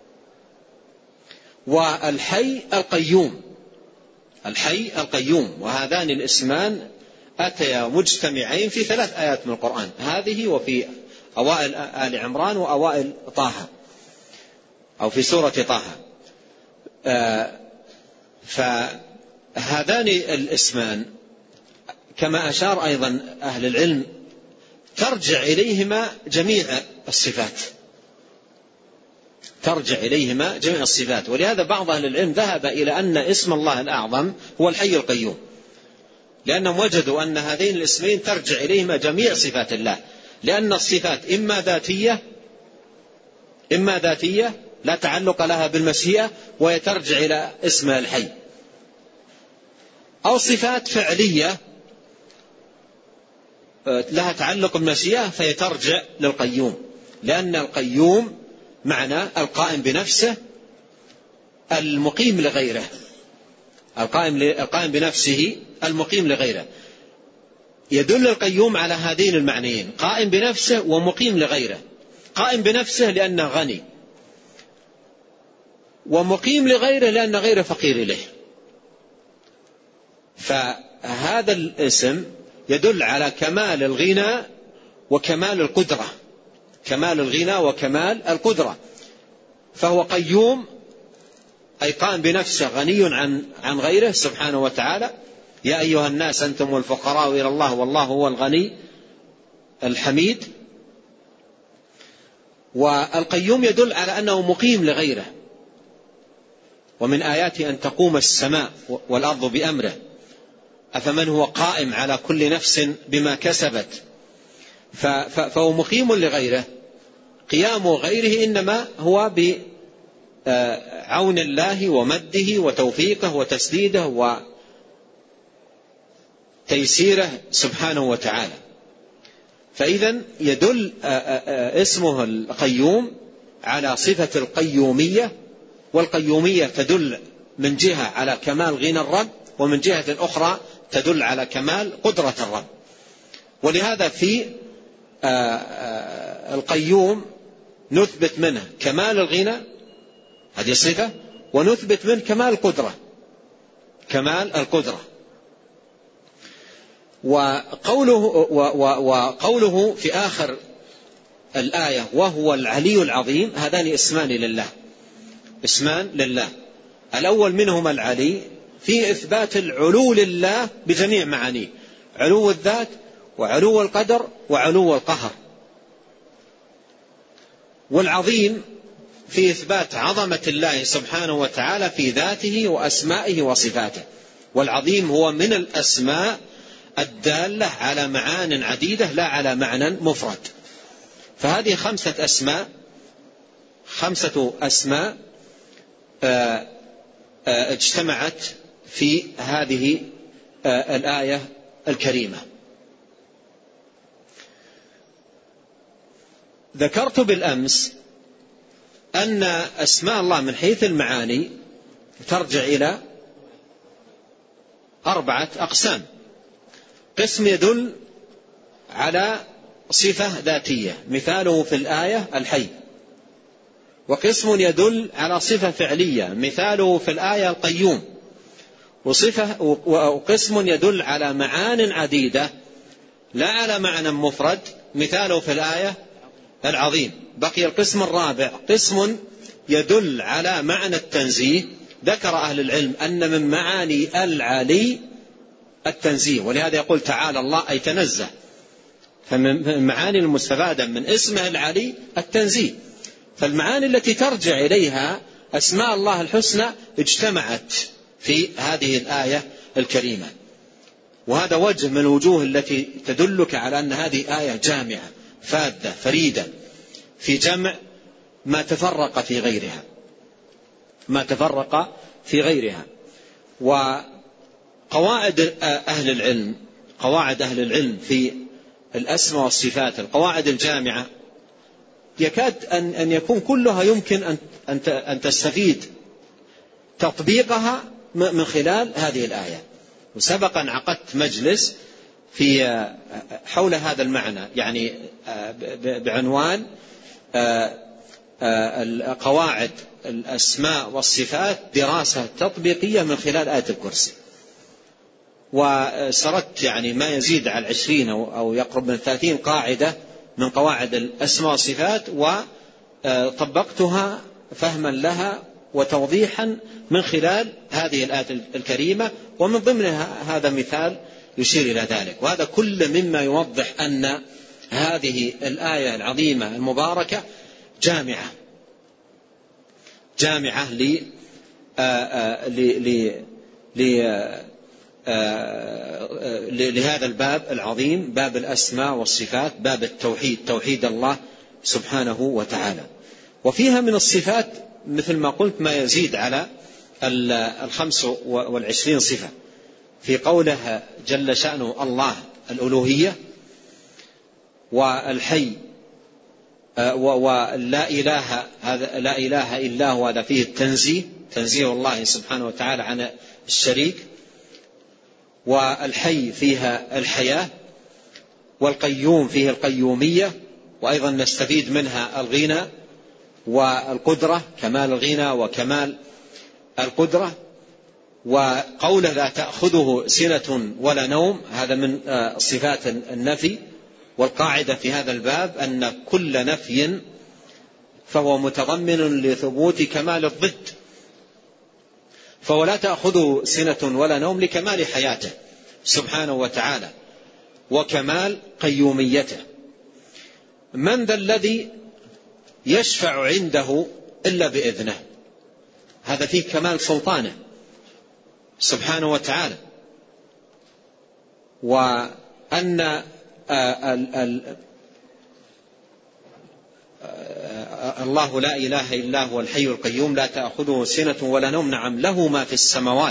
والحي القيوم. الحي القيوم، وهذان الاسمان أتيا مجتمعين في 3 آيات من القرآن، هذه وفي أوائل آل عمران وأوائل طه، أو في سورة طه. فهذان الاسمان كما أشار أيضا أهل العلم ترجع إليهما جميع الصفات، ترجع إليهما جميع الصفات. ولهذا بعض أهل العلم ذهب إلى أن اسم الله الأعظم هو الحي القيوم، لأنهم وجدوا أن هذين الاسمين ترجع إليهما جميع صفات الله، لأن الصفات إما ذاتية لا تعلق لها بالمشيئة وهي ترجع إلى اسم الحي، أو صفات فعلية لها تعلق بالمشيئة فهي ترجع للقيوم، لأن القيوم معنى القائم بنفسه المقيم لغيره، القائم بنفسه المقيم لغيره. يدل القيوم على هذين المعنيين: قائم بنفسه ومقيم لغيره. قائم بنفسه لأنه غني، ومقيم لغيره لأن غيره فقير إليه. فهذا الاسم يدل على كمال الغنى وكمال القدرة، كمال الغنى وكمال القدرة. فهو قيوم أي قائم بنفسه غني عن غيره سبحانه وتعالى. يا أيها الناس أنتم الفقراء إلى الله والله هو الغني الحميد. والقيوم يدل على أنه مقيم لغيره. ومن آياته أن تقوم السماء والأرض بأمره أفمن هو قائم على كل نفس بما كسبت. فهو مقيم لغيره. قيام غيره إنما هو بعون الله ومده وتوفيقه وتسديده وتيسيره سبحانه وتعالى. فإذا يدل اسمه القيوم على صفة القيومية، والقيومية تدل من جهة على كمال غنى الرب، ومن جهة أخرى تدل على كمال قدرة الرب. ولهذا في القيوم نثبت منه كمال الغنى، هذه صفة، ونثبت منه كمال القدرة. وقوله في آخر الآية وهو العلي العظيم، هذان اسمان لله. الأول منهما العلي في إثبات العلو لله بجميع معانيه، علو الذات وعلو القدر وعلو القهر. والعظيم في إثبات عظمة الله سبحانه وتعالى في ذاته وأسمائه وصفاته. والعظيم هو من الأسماء الدالة على معان عديدة لا على معنى مفرد. فهذه خمسة أسماء اجتمعت في هذه الآية الكريمة. ذكرت بالأمس أن أسماء الله من حيث المعاني ترجع إلى 4 أقسام. قسم يدل على صفة ذاتية مثاله في الآية الحي، وقسم يدل على صفة فعلية مثاله في الآية القيوم، وقسم يدل على معان عديدة لا على معنى مفرد مثاله في الآية العظيم. بقي القسم الرابع، قسم يدل على معنى التنزيه. ذكر أهل العلم أن من معاني العلي التنزيه، ولهذا يقول تعالى الله أي تنزه. فمن المعاني المستفادة من اسمه العلي التنزيه. فالمعاني التي ترجع إليها أسماء الله الحسنى اجتمعت في هذه الآية الكريمة. وهذا وجه من الوجوه التي تدلك على أن هذه آية جامعة فاذة فريدة في جمع ما تفرق في غيرها. وقواعد أهل العلم في الأسماء والصفات، القواعد الجامعة، يكاد أن يكون كلها يمكن أن تستفيد تطبيقها من خلال هذه الآية. وسبقا عقدت مجلس في حول هذا المعنى، يعني بعنوان قواعد الأسماء والصفات دراسة تطبيقية من خلال آية الكرسي. وسردت يعني ما يزيد على 20 أو يقرب من 30 قاعدة من قواعد الأسماء والصفات، وطبقتها فهما لها وتوضيحا من خلال هذه الآية الكريمة. ومن ضمنها هذا مثال يشير إلى ذلك. وهذا كل مما يوضح أن هذه الآية العظيمة المباركة جامعة لهذا الباب العظيم، باب الأسماء والصفات، باب التوحيد، توحيد الله سبحانه وتعالى. وفيها من الصفات مثل ما قلت ما يزيد على 25 صفة. في قوله جل شأنه الله الألوهية والحي ولا إله، هذا لا إله إلا هو، هذا فيه تنزيه الله سبحانه وتعالى عن الشريك. والحي فيها الحياة، والقيوم فيه القيومية، وأيضا نستفيد منها الغنى والقدرة، كمال الغنى وكمال القدرة. وقوله لا تأخذه سنة ولا نوم، هذا من صفات النفي. والقاعدة في هذا الباب أن كل نفي فهو متضمن لثبوت كمال الضد، فهو لا تأخذه سنة ولا نوم لكمال حياته سبحانه وتعالى وكمال قيوميته. من ذا الذي يشفع عنده إلا بإذنه، هذا فيه كمال سلطانه سبحانه وتعالى. وأن الله لا إله إلا هو الحي القيوم لا تأخذه سنة ولا نوم. نعم، له ما في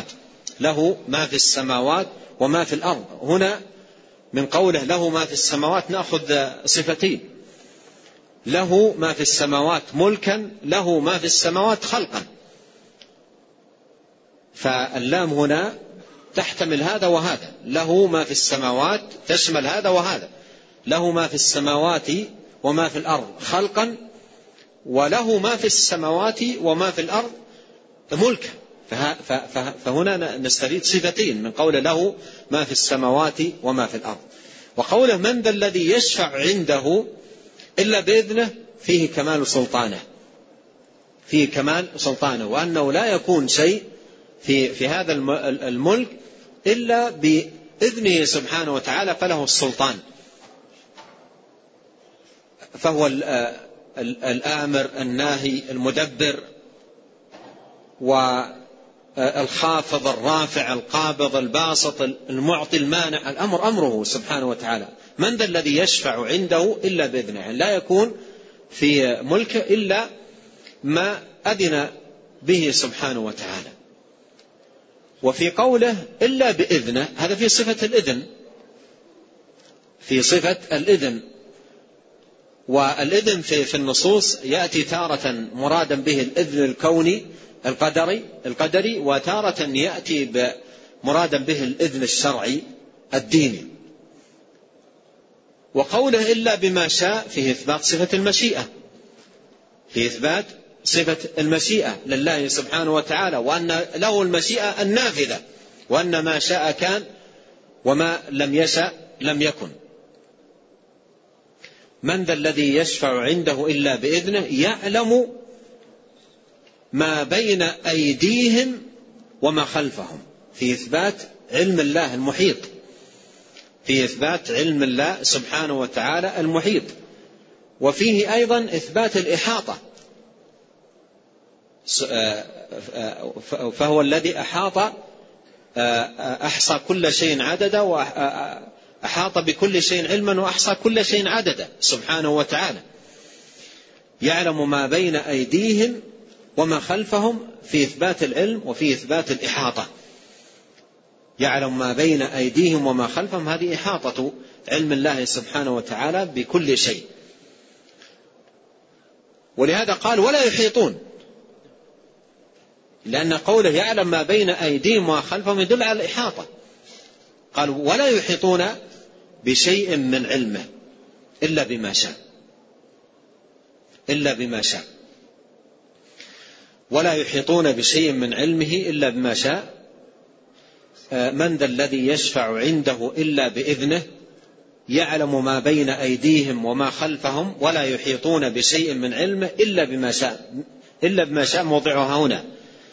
السماوات وما في الأرض. هنا من قوله له ما في السماوات نأخذ صفتين: له ما في السماوات ملكا، له ما في السماوات خلقا. فاللام هنا تحتمل هذا وهذا، له ما في السماوات تشمل هذا وهذا، له ما في السماوات وما في الأرض خلقا، وله ما في السماوات وما في الأرض ملكه. فهنا نستفيد صفتين من قوله له ما في السماوات وما في الأرض. وقوله من ذا الذي يشفع عنده إلا بإذنه فيه كمال سلطانه، فيه كمال سلطانه، وأنه لا يكون شيء في هذا الملك إلا بإذنه سبحانه وتعالى، فله السلطان، فهو الآمر الناهي المدبر والخافض الرافع القابض الباسط المعطي المانع، الأمر أمره سبحانه وتعالى. من ذا الذي يشفع عنده إلا بإذنه، يعني لا يكون في ملكه إلا ما أذن به سبحانه وتعالى. وفي قوله إلا بإذنه هذا في صفة الإذن، في صفة الإذن. والإذن في النصوص يأتي تارة مرادا به الإذن الكوني القدري، وتارة يأتي مرادا به الإذن الشرعي الديني. وقوله إلا بما شاء فيه إثبات صفة المشيئة، فيه إثبات صفة المشيئة لله سبحانه وتعالى، وأن له المشيئة النافذة، وأن ما شاء كان وما لم يشأ لم يكن. من ذا الذي يشفع عنده إلا بإذنه يعلم ما بين أيديهم وما خلفهم، في إثبات علم الله المحيط، في إثبات علم الله سبحانه وتعالى المحيط. وفيه أيضا إثبات الإحاطة، فهو الذي أحصى كل شيء عددا، وأحاط بكل شيء علما، وأحصى كل شيء عددا سبحانه وتعالى. يعلم ما بين أيديهم وما خلفهم، في إثبات العلم وفي إثبات الإحاطة. يعلم ما بين أيديهم وما خلفهم، هذه إحاطة علم الله سبحانه وتعالى بكل شيء. ولهذا قال ولا يحيطون، لأن قوله يعلم ما بين أيديهم وما خلفهم يدل على الإحاطة. قال ولا يحيطون بشيء من علمه إلا بما شاء، إلا بما شاء. ولا يحيطون بشيء من علمه إلا بما شاء. من ذا الذي يشفع عنده إلا بإذنه يعلم ما بين أيديهم وما خلفهم ولا يحيطون بشيء من علمه إلا بما شاء. إلا بما شاء موضعها هنا،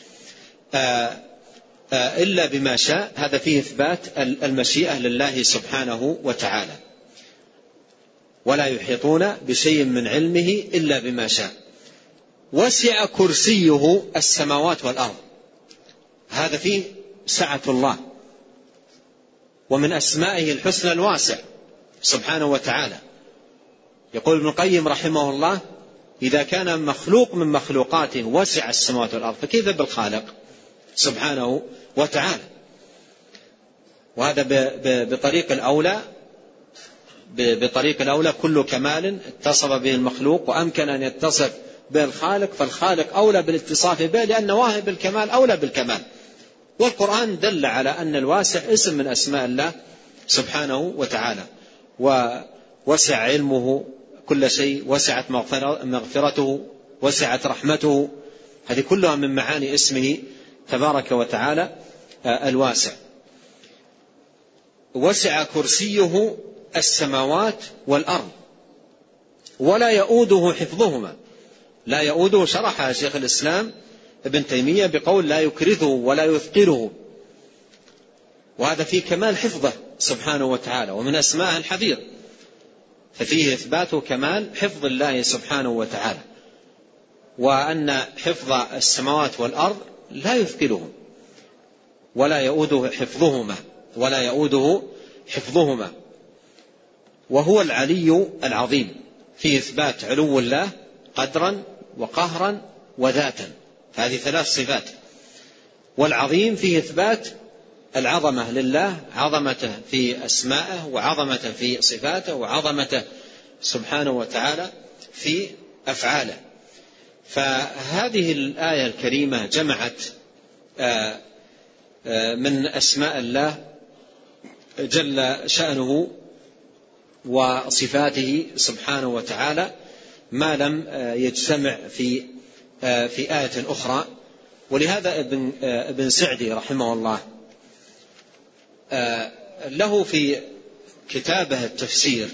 إلا بما شاء، هذا فيه إثبات المشيئة لله سبحانه وتعالى. ولا يحيطون بشيء من علمه إلا بما شاء. وسع كرسيه السماوات والأرض، هذا فيه سعة الله، ومن أسمائه الحسنى الواسع سبحانه وتعالى. يقول ابن القيم رحمه الله إذا كان مخلوق من مخلوقاته وسع السماوات والأرض فكيف بالخالق سبحانه وتعالى. وهذا بطريق الأولى كل كمال اتصف به المخلوق وأمكن أن يتصف به الخالق، فالخالق أولى بالاتصاف به، لأن واهب الكمال أولى بالكمال. والقرآن دل على أن الواسع اسم من أسماء الله سبحانه وتعالى. ووسع علمه كل شيء، وسعت مغفرته، وسعت رحمته، هذه كلها من معاني اسمه تبارك وتعالى الواسع. وسع كرسيه السماوات والأرض ولا يؤوده حفظهما. لا يؤوده شرحها شيخ الإسلام ابن تيمية بقول لا يكرثه ولا يثقله، وهذا فيه كمال حفظه سبحانه وتعالى، ومن أسماء الحفيظ، ففيه إثبات كمال حفظ الله سبحانه وتعالى، وأن حفظ السماوات والأرض لا يثقله ولا يؤوده حفظهما. وهو العلي العظيم، فيه إثبات علو الله قدرا وقهرا وذاتا، هذه 3 صفات. والعظيم فيه إثبات العظمة لله، عظمته في أسمائه، وعظمته في صفاته، وعظمته سبحانه وتعالى في أفعاله. فهذه الآية الكريمة جمعت من أسماء الله جل شأنه وصفاته سبحانه وتعالى ما لم يجتمع في آية أخرى ولهذا ابن سعدي رحمه الله له في كتابه التفسير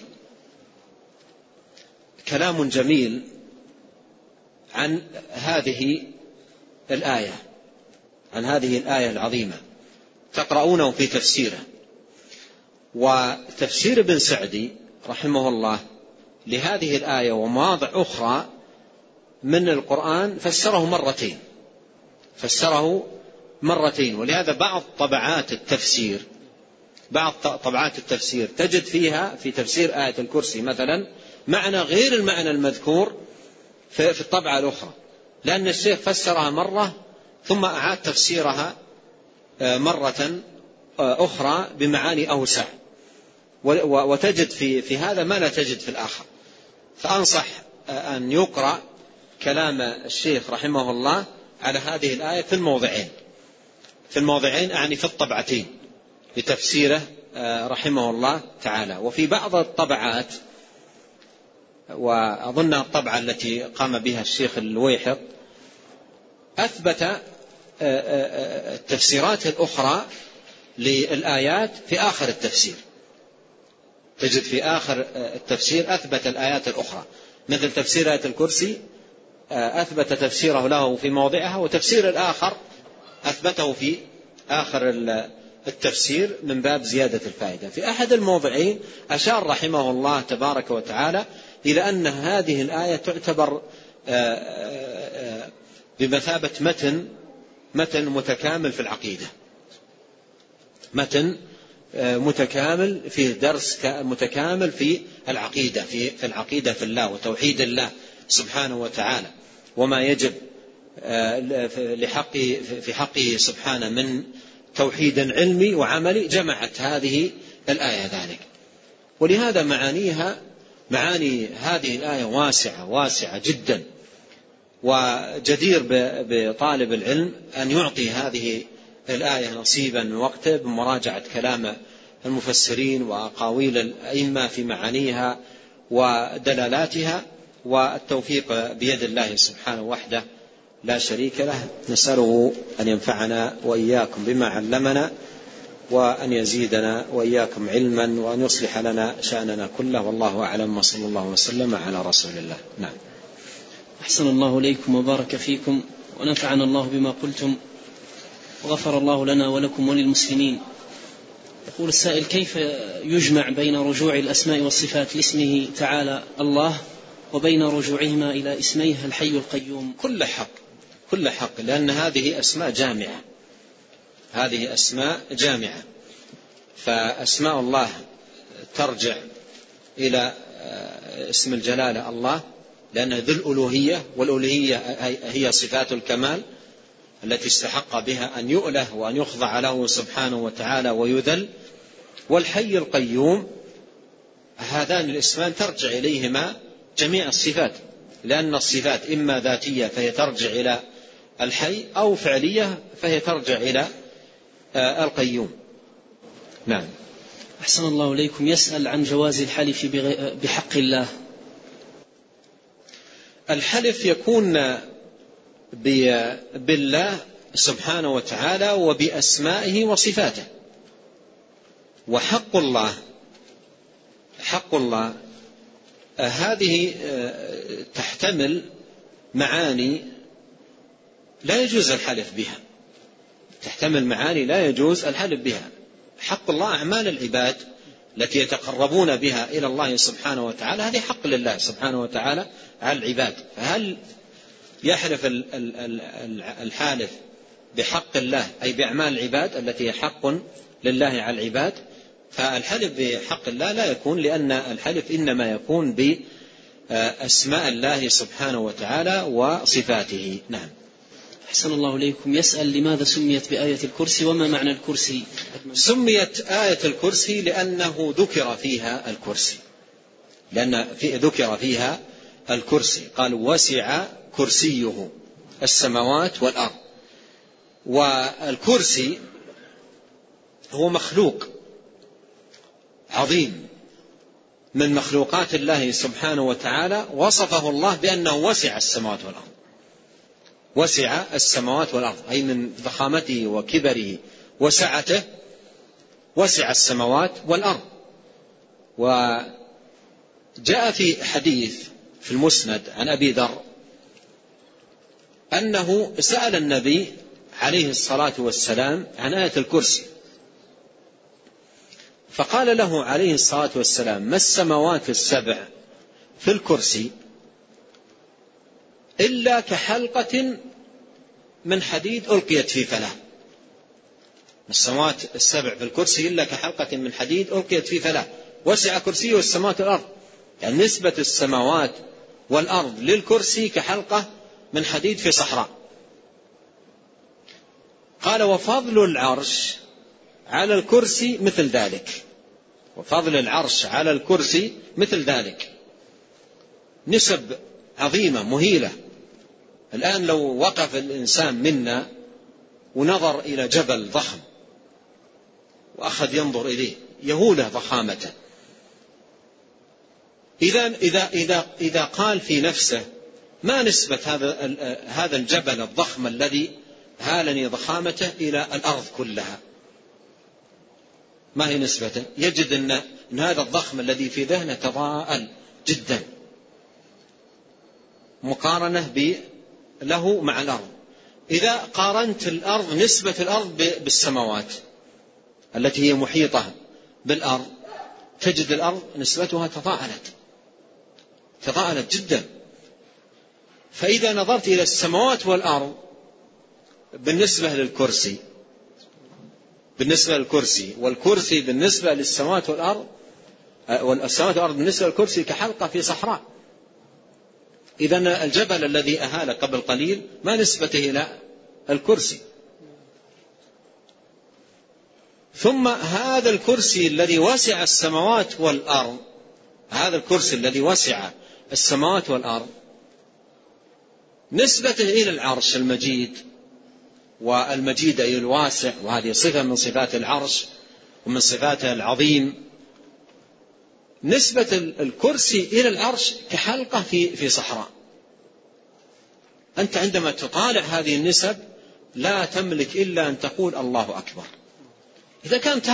كلام جميل عن هذه الآية العظيمة، تقرؤونه في تفسيره. وتفسير ابن سعدي رحمه الله لهذه الآية ومواضع أخرى من القرآن فسره مرتين. ولهذا بعض طبعات التفسير تجد فيها في تفسير آية الكرسي مثلا معنى غير المعنى المذكور في الطبعة الأخرى، لأن الشيخ فسرها مرة ثم أعاد تفسيرها مرة أخرى بمعاني أوسع، وتجد في هذا ما لا تجد في الآخر. فأنصح أن يقرأ كلام الشيخ رحمه الله على هذه الآية في الموضعين أعني في الطبعتين لتفسيره رحمه الله تعالى. وفي بعض الطبعات، وأظن الطبعة التي قام بها الشيخ الويحق، أثبت التفسيرات الأخرى للآيات في آخر التفسير. تجد في آخر التفسير أثبت الآيات الأخرى، مثل تفسير آية الكرسي أثبت تفسيره له في موضعها، وتفسير الآخر أثبته في آخر التفسير من باب زيادة الفائدة. في أحد الموضعين أشار رحمه الله تبارك وتعالى إلى أن هذه الآية تعتبر بمثابة متن متكامل في العقيدة، متن متكامل فيه درس متكامل في العقيدة في الله وتوحيد الله سبحانه وتعالى، وما يجب في حقه سبحانه من توحيد علمي وعملي. جمعت هذه الآية ذلك. ولهذا معاني هذه الآية واسعة جدا، وجدير بطالب العلم أن يعطي هذه الآية نصيبا من وقته بمراجعة كلام المفسرين وأقاويل الأئمة في معانيها ودلالاتها، والتوفيق بيد الله سبحانه وحده لا شريك له. نسأله أن ينفعنا وإياكم بما علمنا، وأن يزيدنا وإياكم علما، وأن يصلح لنا شأننا كله، والله أعلم، وصلى الله وسلم على رسول الله. نعم. أحسن الله إليكم وبارك فيكم، ونفعنا الله بما قلتم، وغفر الله لنا ولكم وللمسلمين. يقول السائل: كيف يجمع بين رجوع الأسماء والصفات لاسمه تعالى الله وبين رجوعهما إلى اسميه الحي القيوم؟ كل حق، لأن هذه أسماء جامعة. فأسماء الله ترجع إلى اسم الجلالة الله، لأنه ذو الألوهية، والألوهية هي صفات الكمال التي استحق بها أن يؤله وأن يخضع له سبحانه وتعالى ويذل. والحي القيوم، هذان الاسمان ترجع إليهما جميع الصفات، لأن الصفات إما ذاتية فهي ترجع إلى الحي، أو فعلية فهي ترجع إلى القيوم. نعم. أحسن الله إليكم. يسأل عن جواز الحلف بحق الله. الحلف يكون بالله سبحانه وتعالى وبأسمائه وصفاته. وحق الله هذه تحتمل معاني لا يجوز الحلف بها. حق الله أعمال العباد التي يتقربون بها إلى الله سبحانه وتعالى، هذه حق لله سبحانه وتعالى على العباد. فهل يحلف الحالف بحق الله أي بأعمال العباد التي هي حق لله على العباد؟ فالحلف بحق الله لا يكون، لأن الحلف إنما يكون بأسماء الله سبحانه وتعالى وصفاته. نعم. أحسن الله إليكم. يسأل: لماذا سميت بآية الكرسي، وما معنى الكرسي؟ سميت آية الكرسي لأنه ذكر فيها الكرسي، قال: وسع كرسيه السماوات والأرض. والكرسي هو مخلوق عظيم من مخلوقات الله سبحانه وتعالى، وصفه الله بأنه وسع السماوات والأرض. وسع السماوات والأرض، أي من ضخامته وكبره وسعته وسع السماوات والأرض. وجاء في حديث في المسند عن أبي ذر أنه سأل النبي عليه الصلاة والسلام عن آية الكرسي، فقال له عليه الصلاة والسلام: ما السماوات السبع في الكرسي إلا كحلقة من حديد ألقيت في فلاة. السماوات السبع في الكرسي إلا كحلقة من حديد ألقيت في فلاة، وسع كرسيه السماوات والأرض. يعني نسبة السماوات والأرض للكرسي كحلقة من حديد في صحراء. قال: وفضل العرش على الكرسي مثل ذلك. وفضل العرش على الكرسي مثل ذلك. نسب عظيمة مهيلة. الآن لو وقف الإنسان منا ونظر إلى جبل ضخم وأخذ ينظر إليه يهوله ضخامته، إذا قال في نفسه: ما نسبة هذا الجبل الضخم الذي هالني ضخامته إلى الأرض كلها؟ ما هي نسبته؟ يجد أن هذا الضخم الذي في ذهنه تضاءل جدا مقارنة له مع الأرض. إذا قارنت الأرض، نسبة الأرض بالسماوات التي هي محيطة بالأرض، تجد الأرض نسبتها تضاءلت جدا. فإذا نظرت إلى السماوات والأرض بالنسبة للكرسي، والكرسي بالنسبة للسماوات والأرض، والسماوات والأرض بالنسبة للكرسي كحلقة في صحراء. إذن الجبل الذي أهال قبل قليل ما نسبته إلى الكرسي. ثم هذا الكرسي الذي وسع السماوات والأرض، نسبته إلى العرش المجيد، والمجيد أي الواسع، وهذه صفة من صفات العرش ومن صفاته العظيم. نسبة الكرسي إلى العرش كحلقة في صحراء. أنت عندما تطالع هذه النسب لا تملك إلا أن تقول: الله أكبر. إذا كانت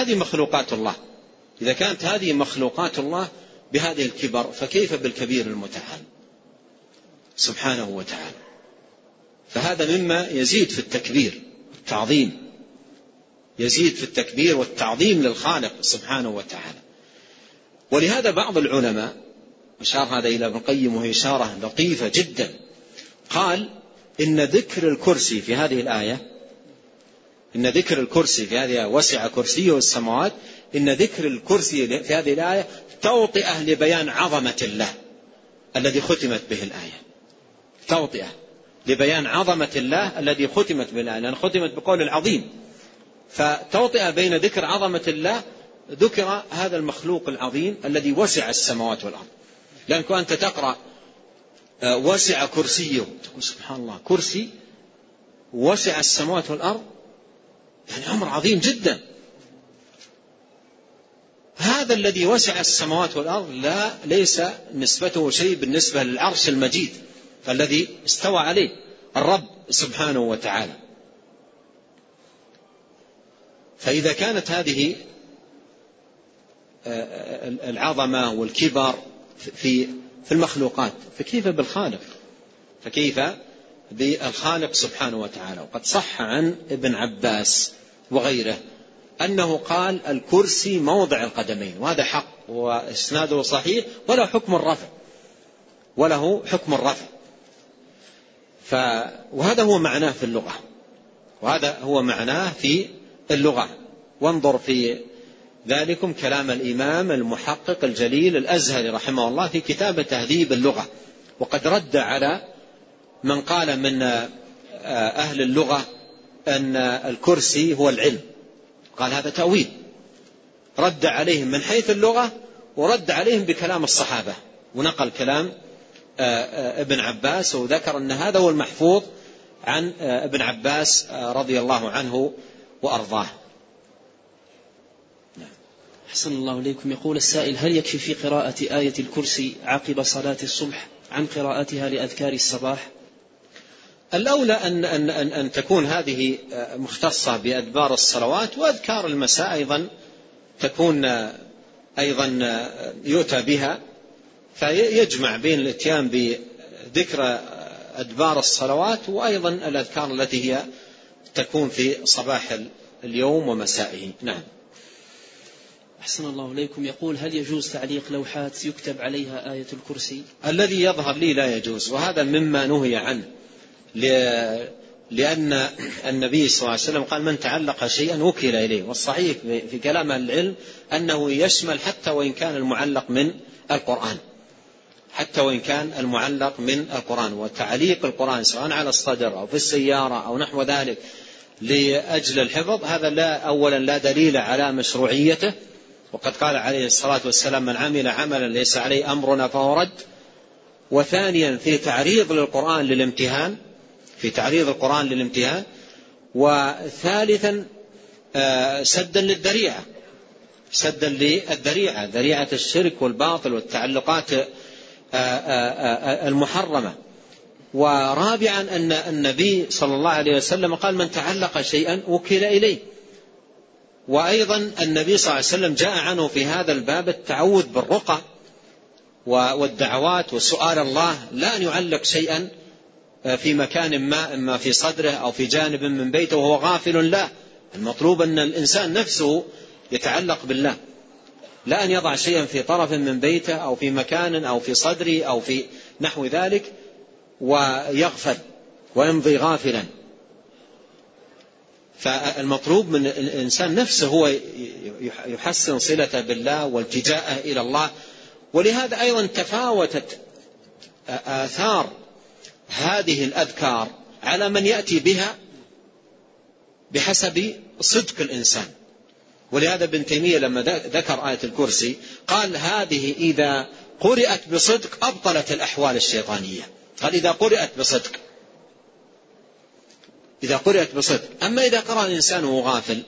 هذه مخلوقات الله بهذه الكبر، فكيف بالكبير المتعال سبحانه وتعالى؟ فهذا مما يزيد في التكبير والتعظيم، للخالق سبحانه وتعالى. ولهذا بعض العلماء أشار هذا إلى ابن القيم، وهي إشارة لطيفة جدا، قال: إن ذكر الكرسي في هذه الآية وسع كرسيه السماوات، إن ذكر الكرسي في هذه الآية توطئة لبيان عظمة الله الذي ختمت به الآية. لأن ختمت بقول العظيم، فتوطئة بين ذكر عظمة الله، ذكر هذا المخلوق العظيم الذي وسع السماوات والأرض. لأنك أنت تقرأ وسع كرسيه، تقول سبحان الله، كرسي وسع السماوات والأرض، يعني أمر عظيم جدا. هذا الذي وسع السماوات والأرض ليس نسبته شيء بالنسبة للعرش المجيد الذي استوى عليه الرب سبحانه وتعالى. فإذا كانت هذه العظمة والكبر في المخلوقات، فكيف بالخالق سبحانه وتعالى؟ وقد صح عن ابن عباس وغيره أنه قال: الكرسي موضع القدمين، وهذا حق وإسناده صحيح، وله حكم الرفع. وهذا هو معناه في اللغة. وانظر في ذلكم كلام الإمام المحقق الجليل الأزهري رحمه الله في كتاب تهذيب اللغة، وقد رد على من قال من أهل اللغة أن الكرسي هو العلم، قال هذا تأويل. رد عليهم من حيث اللغة، ورد عليهم بكلام الصحابة، ونقل كلام ابن عباس، وذكر أن هذا هو المحفوظ عن ابن عباس رضي الله عنه وأرضاه. أحسن الله إليكم. يقول السائل: هل يكفي في قراءة آية الكرسي عقب صلاة الصبح عن قراءتها لأذكار الصباح؟ الأولى أن تكون هذه مختصة بأدبار الصلوات، وأذكار المساء أيضا تكون أيضا يؤتى بها، فيجمع بين الاتيان بذكر أدبار الصلوات وأيضا الأذكار التي هي تكون في صباح اليوم ومسائه. نعم. أحسن الله إليكم. يقول: هل يجوز تعليق لوحات يكتب عليها آية الكرسي؟ الذي يظهر لي لا يجوز، وهذا مما نهي عنه، لأن النبي صلى الله عليه وسلم قال: من تعلق شيئا وكل إليه. والصحيح في كلام العلم أنه يشمل حتى وإن كان المعلق من القرآن، حتى وإن كان المعلق من القرآن. وتعليق القرآن سواء على الصدر أو في السيارة أو نحو ذلك لأجل الحفظ، هذا أولا لا دليل على مشروعيته، وقد قال عليه الصلاة والسلام: من عمل عملا ليس عليه أمرنا فهو رد. وثانيا في تعريض للقرآن للامتهان، في تعريض القرآن للامتهان. وثالثا سدا للذريعة، سدا للذريعة، ذريعة الشرك والباطل والتعلقات المحرمة. ورابعا أن النبي صلى الله عليه وسلم قال: من تعلق شيئا وكل إليه. وأيضا النبي صلى الله عليه وسلم جاء عنه في هذا الباب التعوذ بالرقى والدعوات وسؤال الله، لا أن يعلق شيئا في مكان ما، إما في صدره أو في جانب من بيته وهو غافل. لا، المطلوب أن الإنسان نفسه يتعلق بالله، لا أن يضع شيئا في طرف من بيته أو في مكان أو في صدره أو في نحو ذلك ويغفل ويمضي غافلا. فالمطلوب من الإنسان نفسه هو يحسن صلته بالله والتجاءه إلى الله. ولهذا أيضا تفاوتت آثار هذه الأذكار على من يأتي بها بحسب صدق الإنسان. ولهذا ابن تيمية لما ذكر آية الكرسي قال: هذه إذا قرأت بصدق أبطلت الأحوال الشيطانية. قال: إذا قرأت بصدق، إذا قرأت بصدق. أما إذا قرأ الإنسان وهو غافل،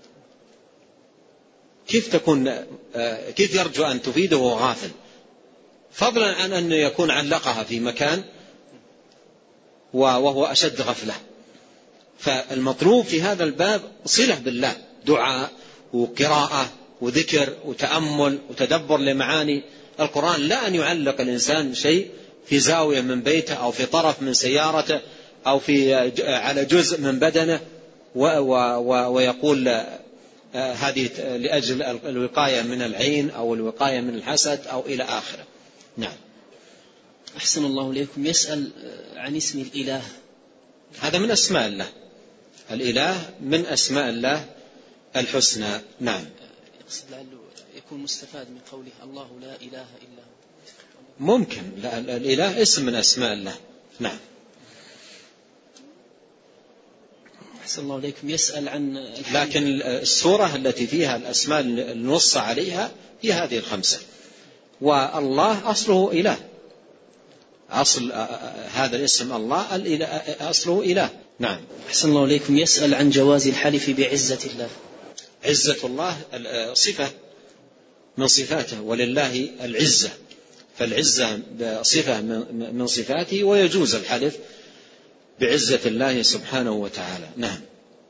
كيف يرجو أن تفيده وهو غافل؟ فضلا عن أن يكون علقها في مكان وهو أشد غفلة. فالمطلوب في هذا الباب صلة بالله، دعاء وقراءة وذكر وتأمل وتدبر لمعاني القرآن، لا أن يعلق الإنسان شيء في زاوية من بيته أو في طرف من سيارته أو على جزء من بدنه ويقول هذه لأجل الوقاية من العين أو الوقاية من الحسد أو إلى آخره. نعم. أحسن الله إليكم. يسأل عن اسم الإله. هذا من أسماء الله، الإله من أسماء الله الحسنى. نعم. يقصد لعله يكون مستفاد من قوله الله لا إله إلا هو. ممكن، لا، الإله اسم من أسماء الله. نعم. أحسن الله إليكم. يسأل عن لكن السورة التي فيها الأسماء النص عليها هي هذه الخمسة. والله أصله إله، أصل هذا الاسم الله أصله إله. نعم. أحسن الله إليكم. يسأل عن جواز الحلف بعزة الله. عزة الله صفة من صفاته، ولله العزة، فالعزة صفة من صفاته، ويجوز الحلف بعزة الله سبحانه وتعالى. نعم.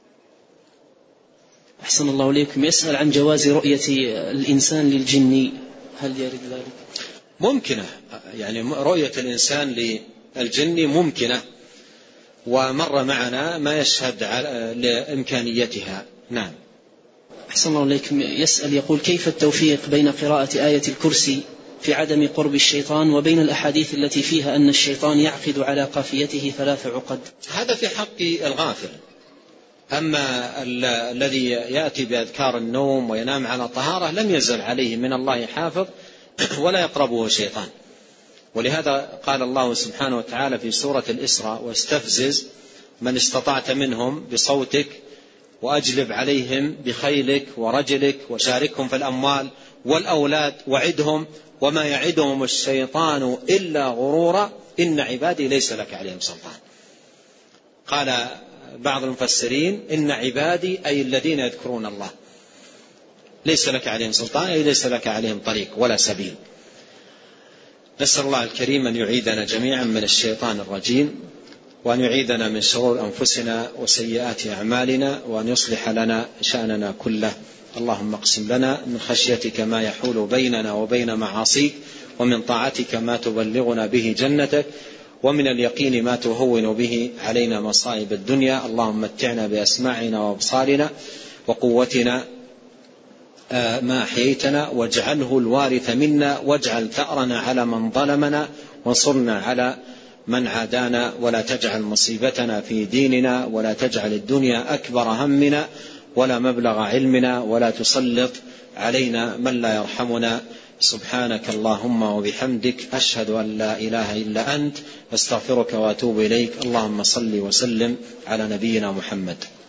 أحسن الله إليكم. يسأل عن جواز رؤية الإنسان للجن، هل يرد ذلك؟ ممكنة، يعني رؤية الإنسان للجن ممكنة، ومر معنا ما يشهد لإمكانيتها. نعم. أحسن الله إليكم. يسأل يقول: كيف التوفيق بين قراءة آية الكرسي في عدم قرب الشيطان وبين الأحاديث التي فيها أن الشيطان يعقد على قافيته 3 عقد؟ هذا في حق الغافل. أما الذي يأتي بأذكار النوم وينام على طهارة لم يزل عليه من الله حافظ ولا يقربه شيطان. ولهذا قال الله سبحانه وتعالى في سورة الإسراء: واستفزز من استطعت منهم بصوتك وأجلب عليهم بخيلك ورجلك وشاركهم في الأموال والأولاد وعدهم وما يعدهم الشيطان إلا غرورا إن عبادي ليس لك عليهم سلطان. قال بعض المفسرين: إن عبادي أي الذين يذكرون الله ليس لك عليهم سلطان، أي ليس لك عليهم طريق ولا سبيل. نسأل الله الكريم أن يعيدنا جميعا من الشيطان الرجيم، وأن يعيذنا من شرور أنفسنا وسيئات أعمالنا، وأن يصلح لنا شأننا كله. اللهم اقسم لنا من خشيتك ما يحول بيننا وبين معاصيك، ومن طاعتك ما تبلغنا به جنتك، ومن اليقين ما تهون به علينا مصائب الدنيا. اللهم متعنا بأسماعنا وأبصارنا وقوتنا ما أحييتنا، واجعله الوارث منا، واجعل ثأرنا على من ظلمنا، وانصرنا على من عادانا، ولا تجعل مصيبتنا في ديننا، ولا تجعل الدنيا أكبر همنا ولا مبلغ علمنا، ولا تسلط علينا من لا يرحمنا. سبحانك اللهم وبحمدك، أشهد أن لا إله إلا أنت، أستغفرك وأتوب إليك. اللهم صل وسلم على نبينا محمد.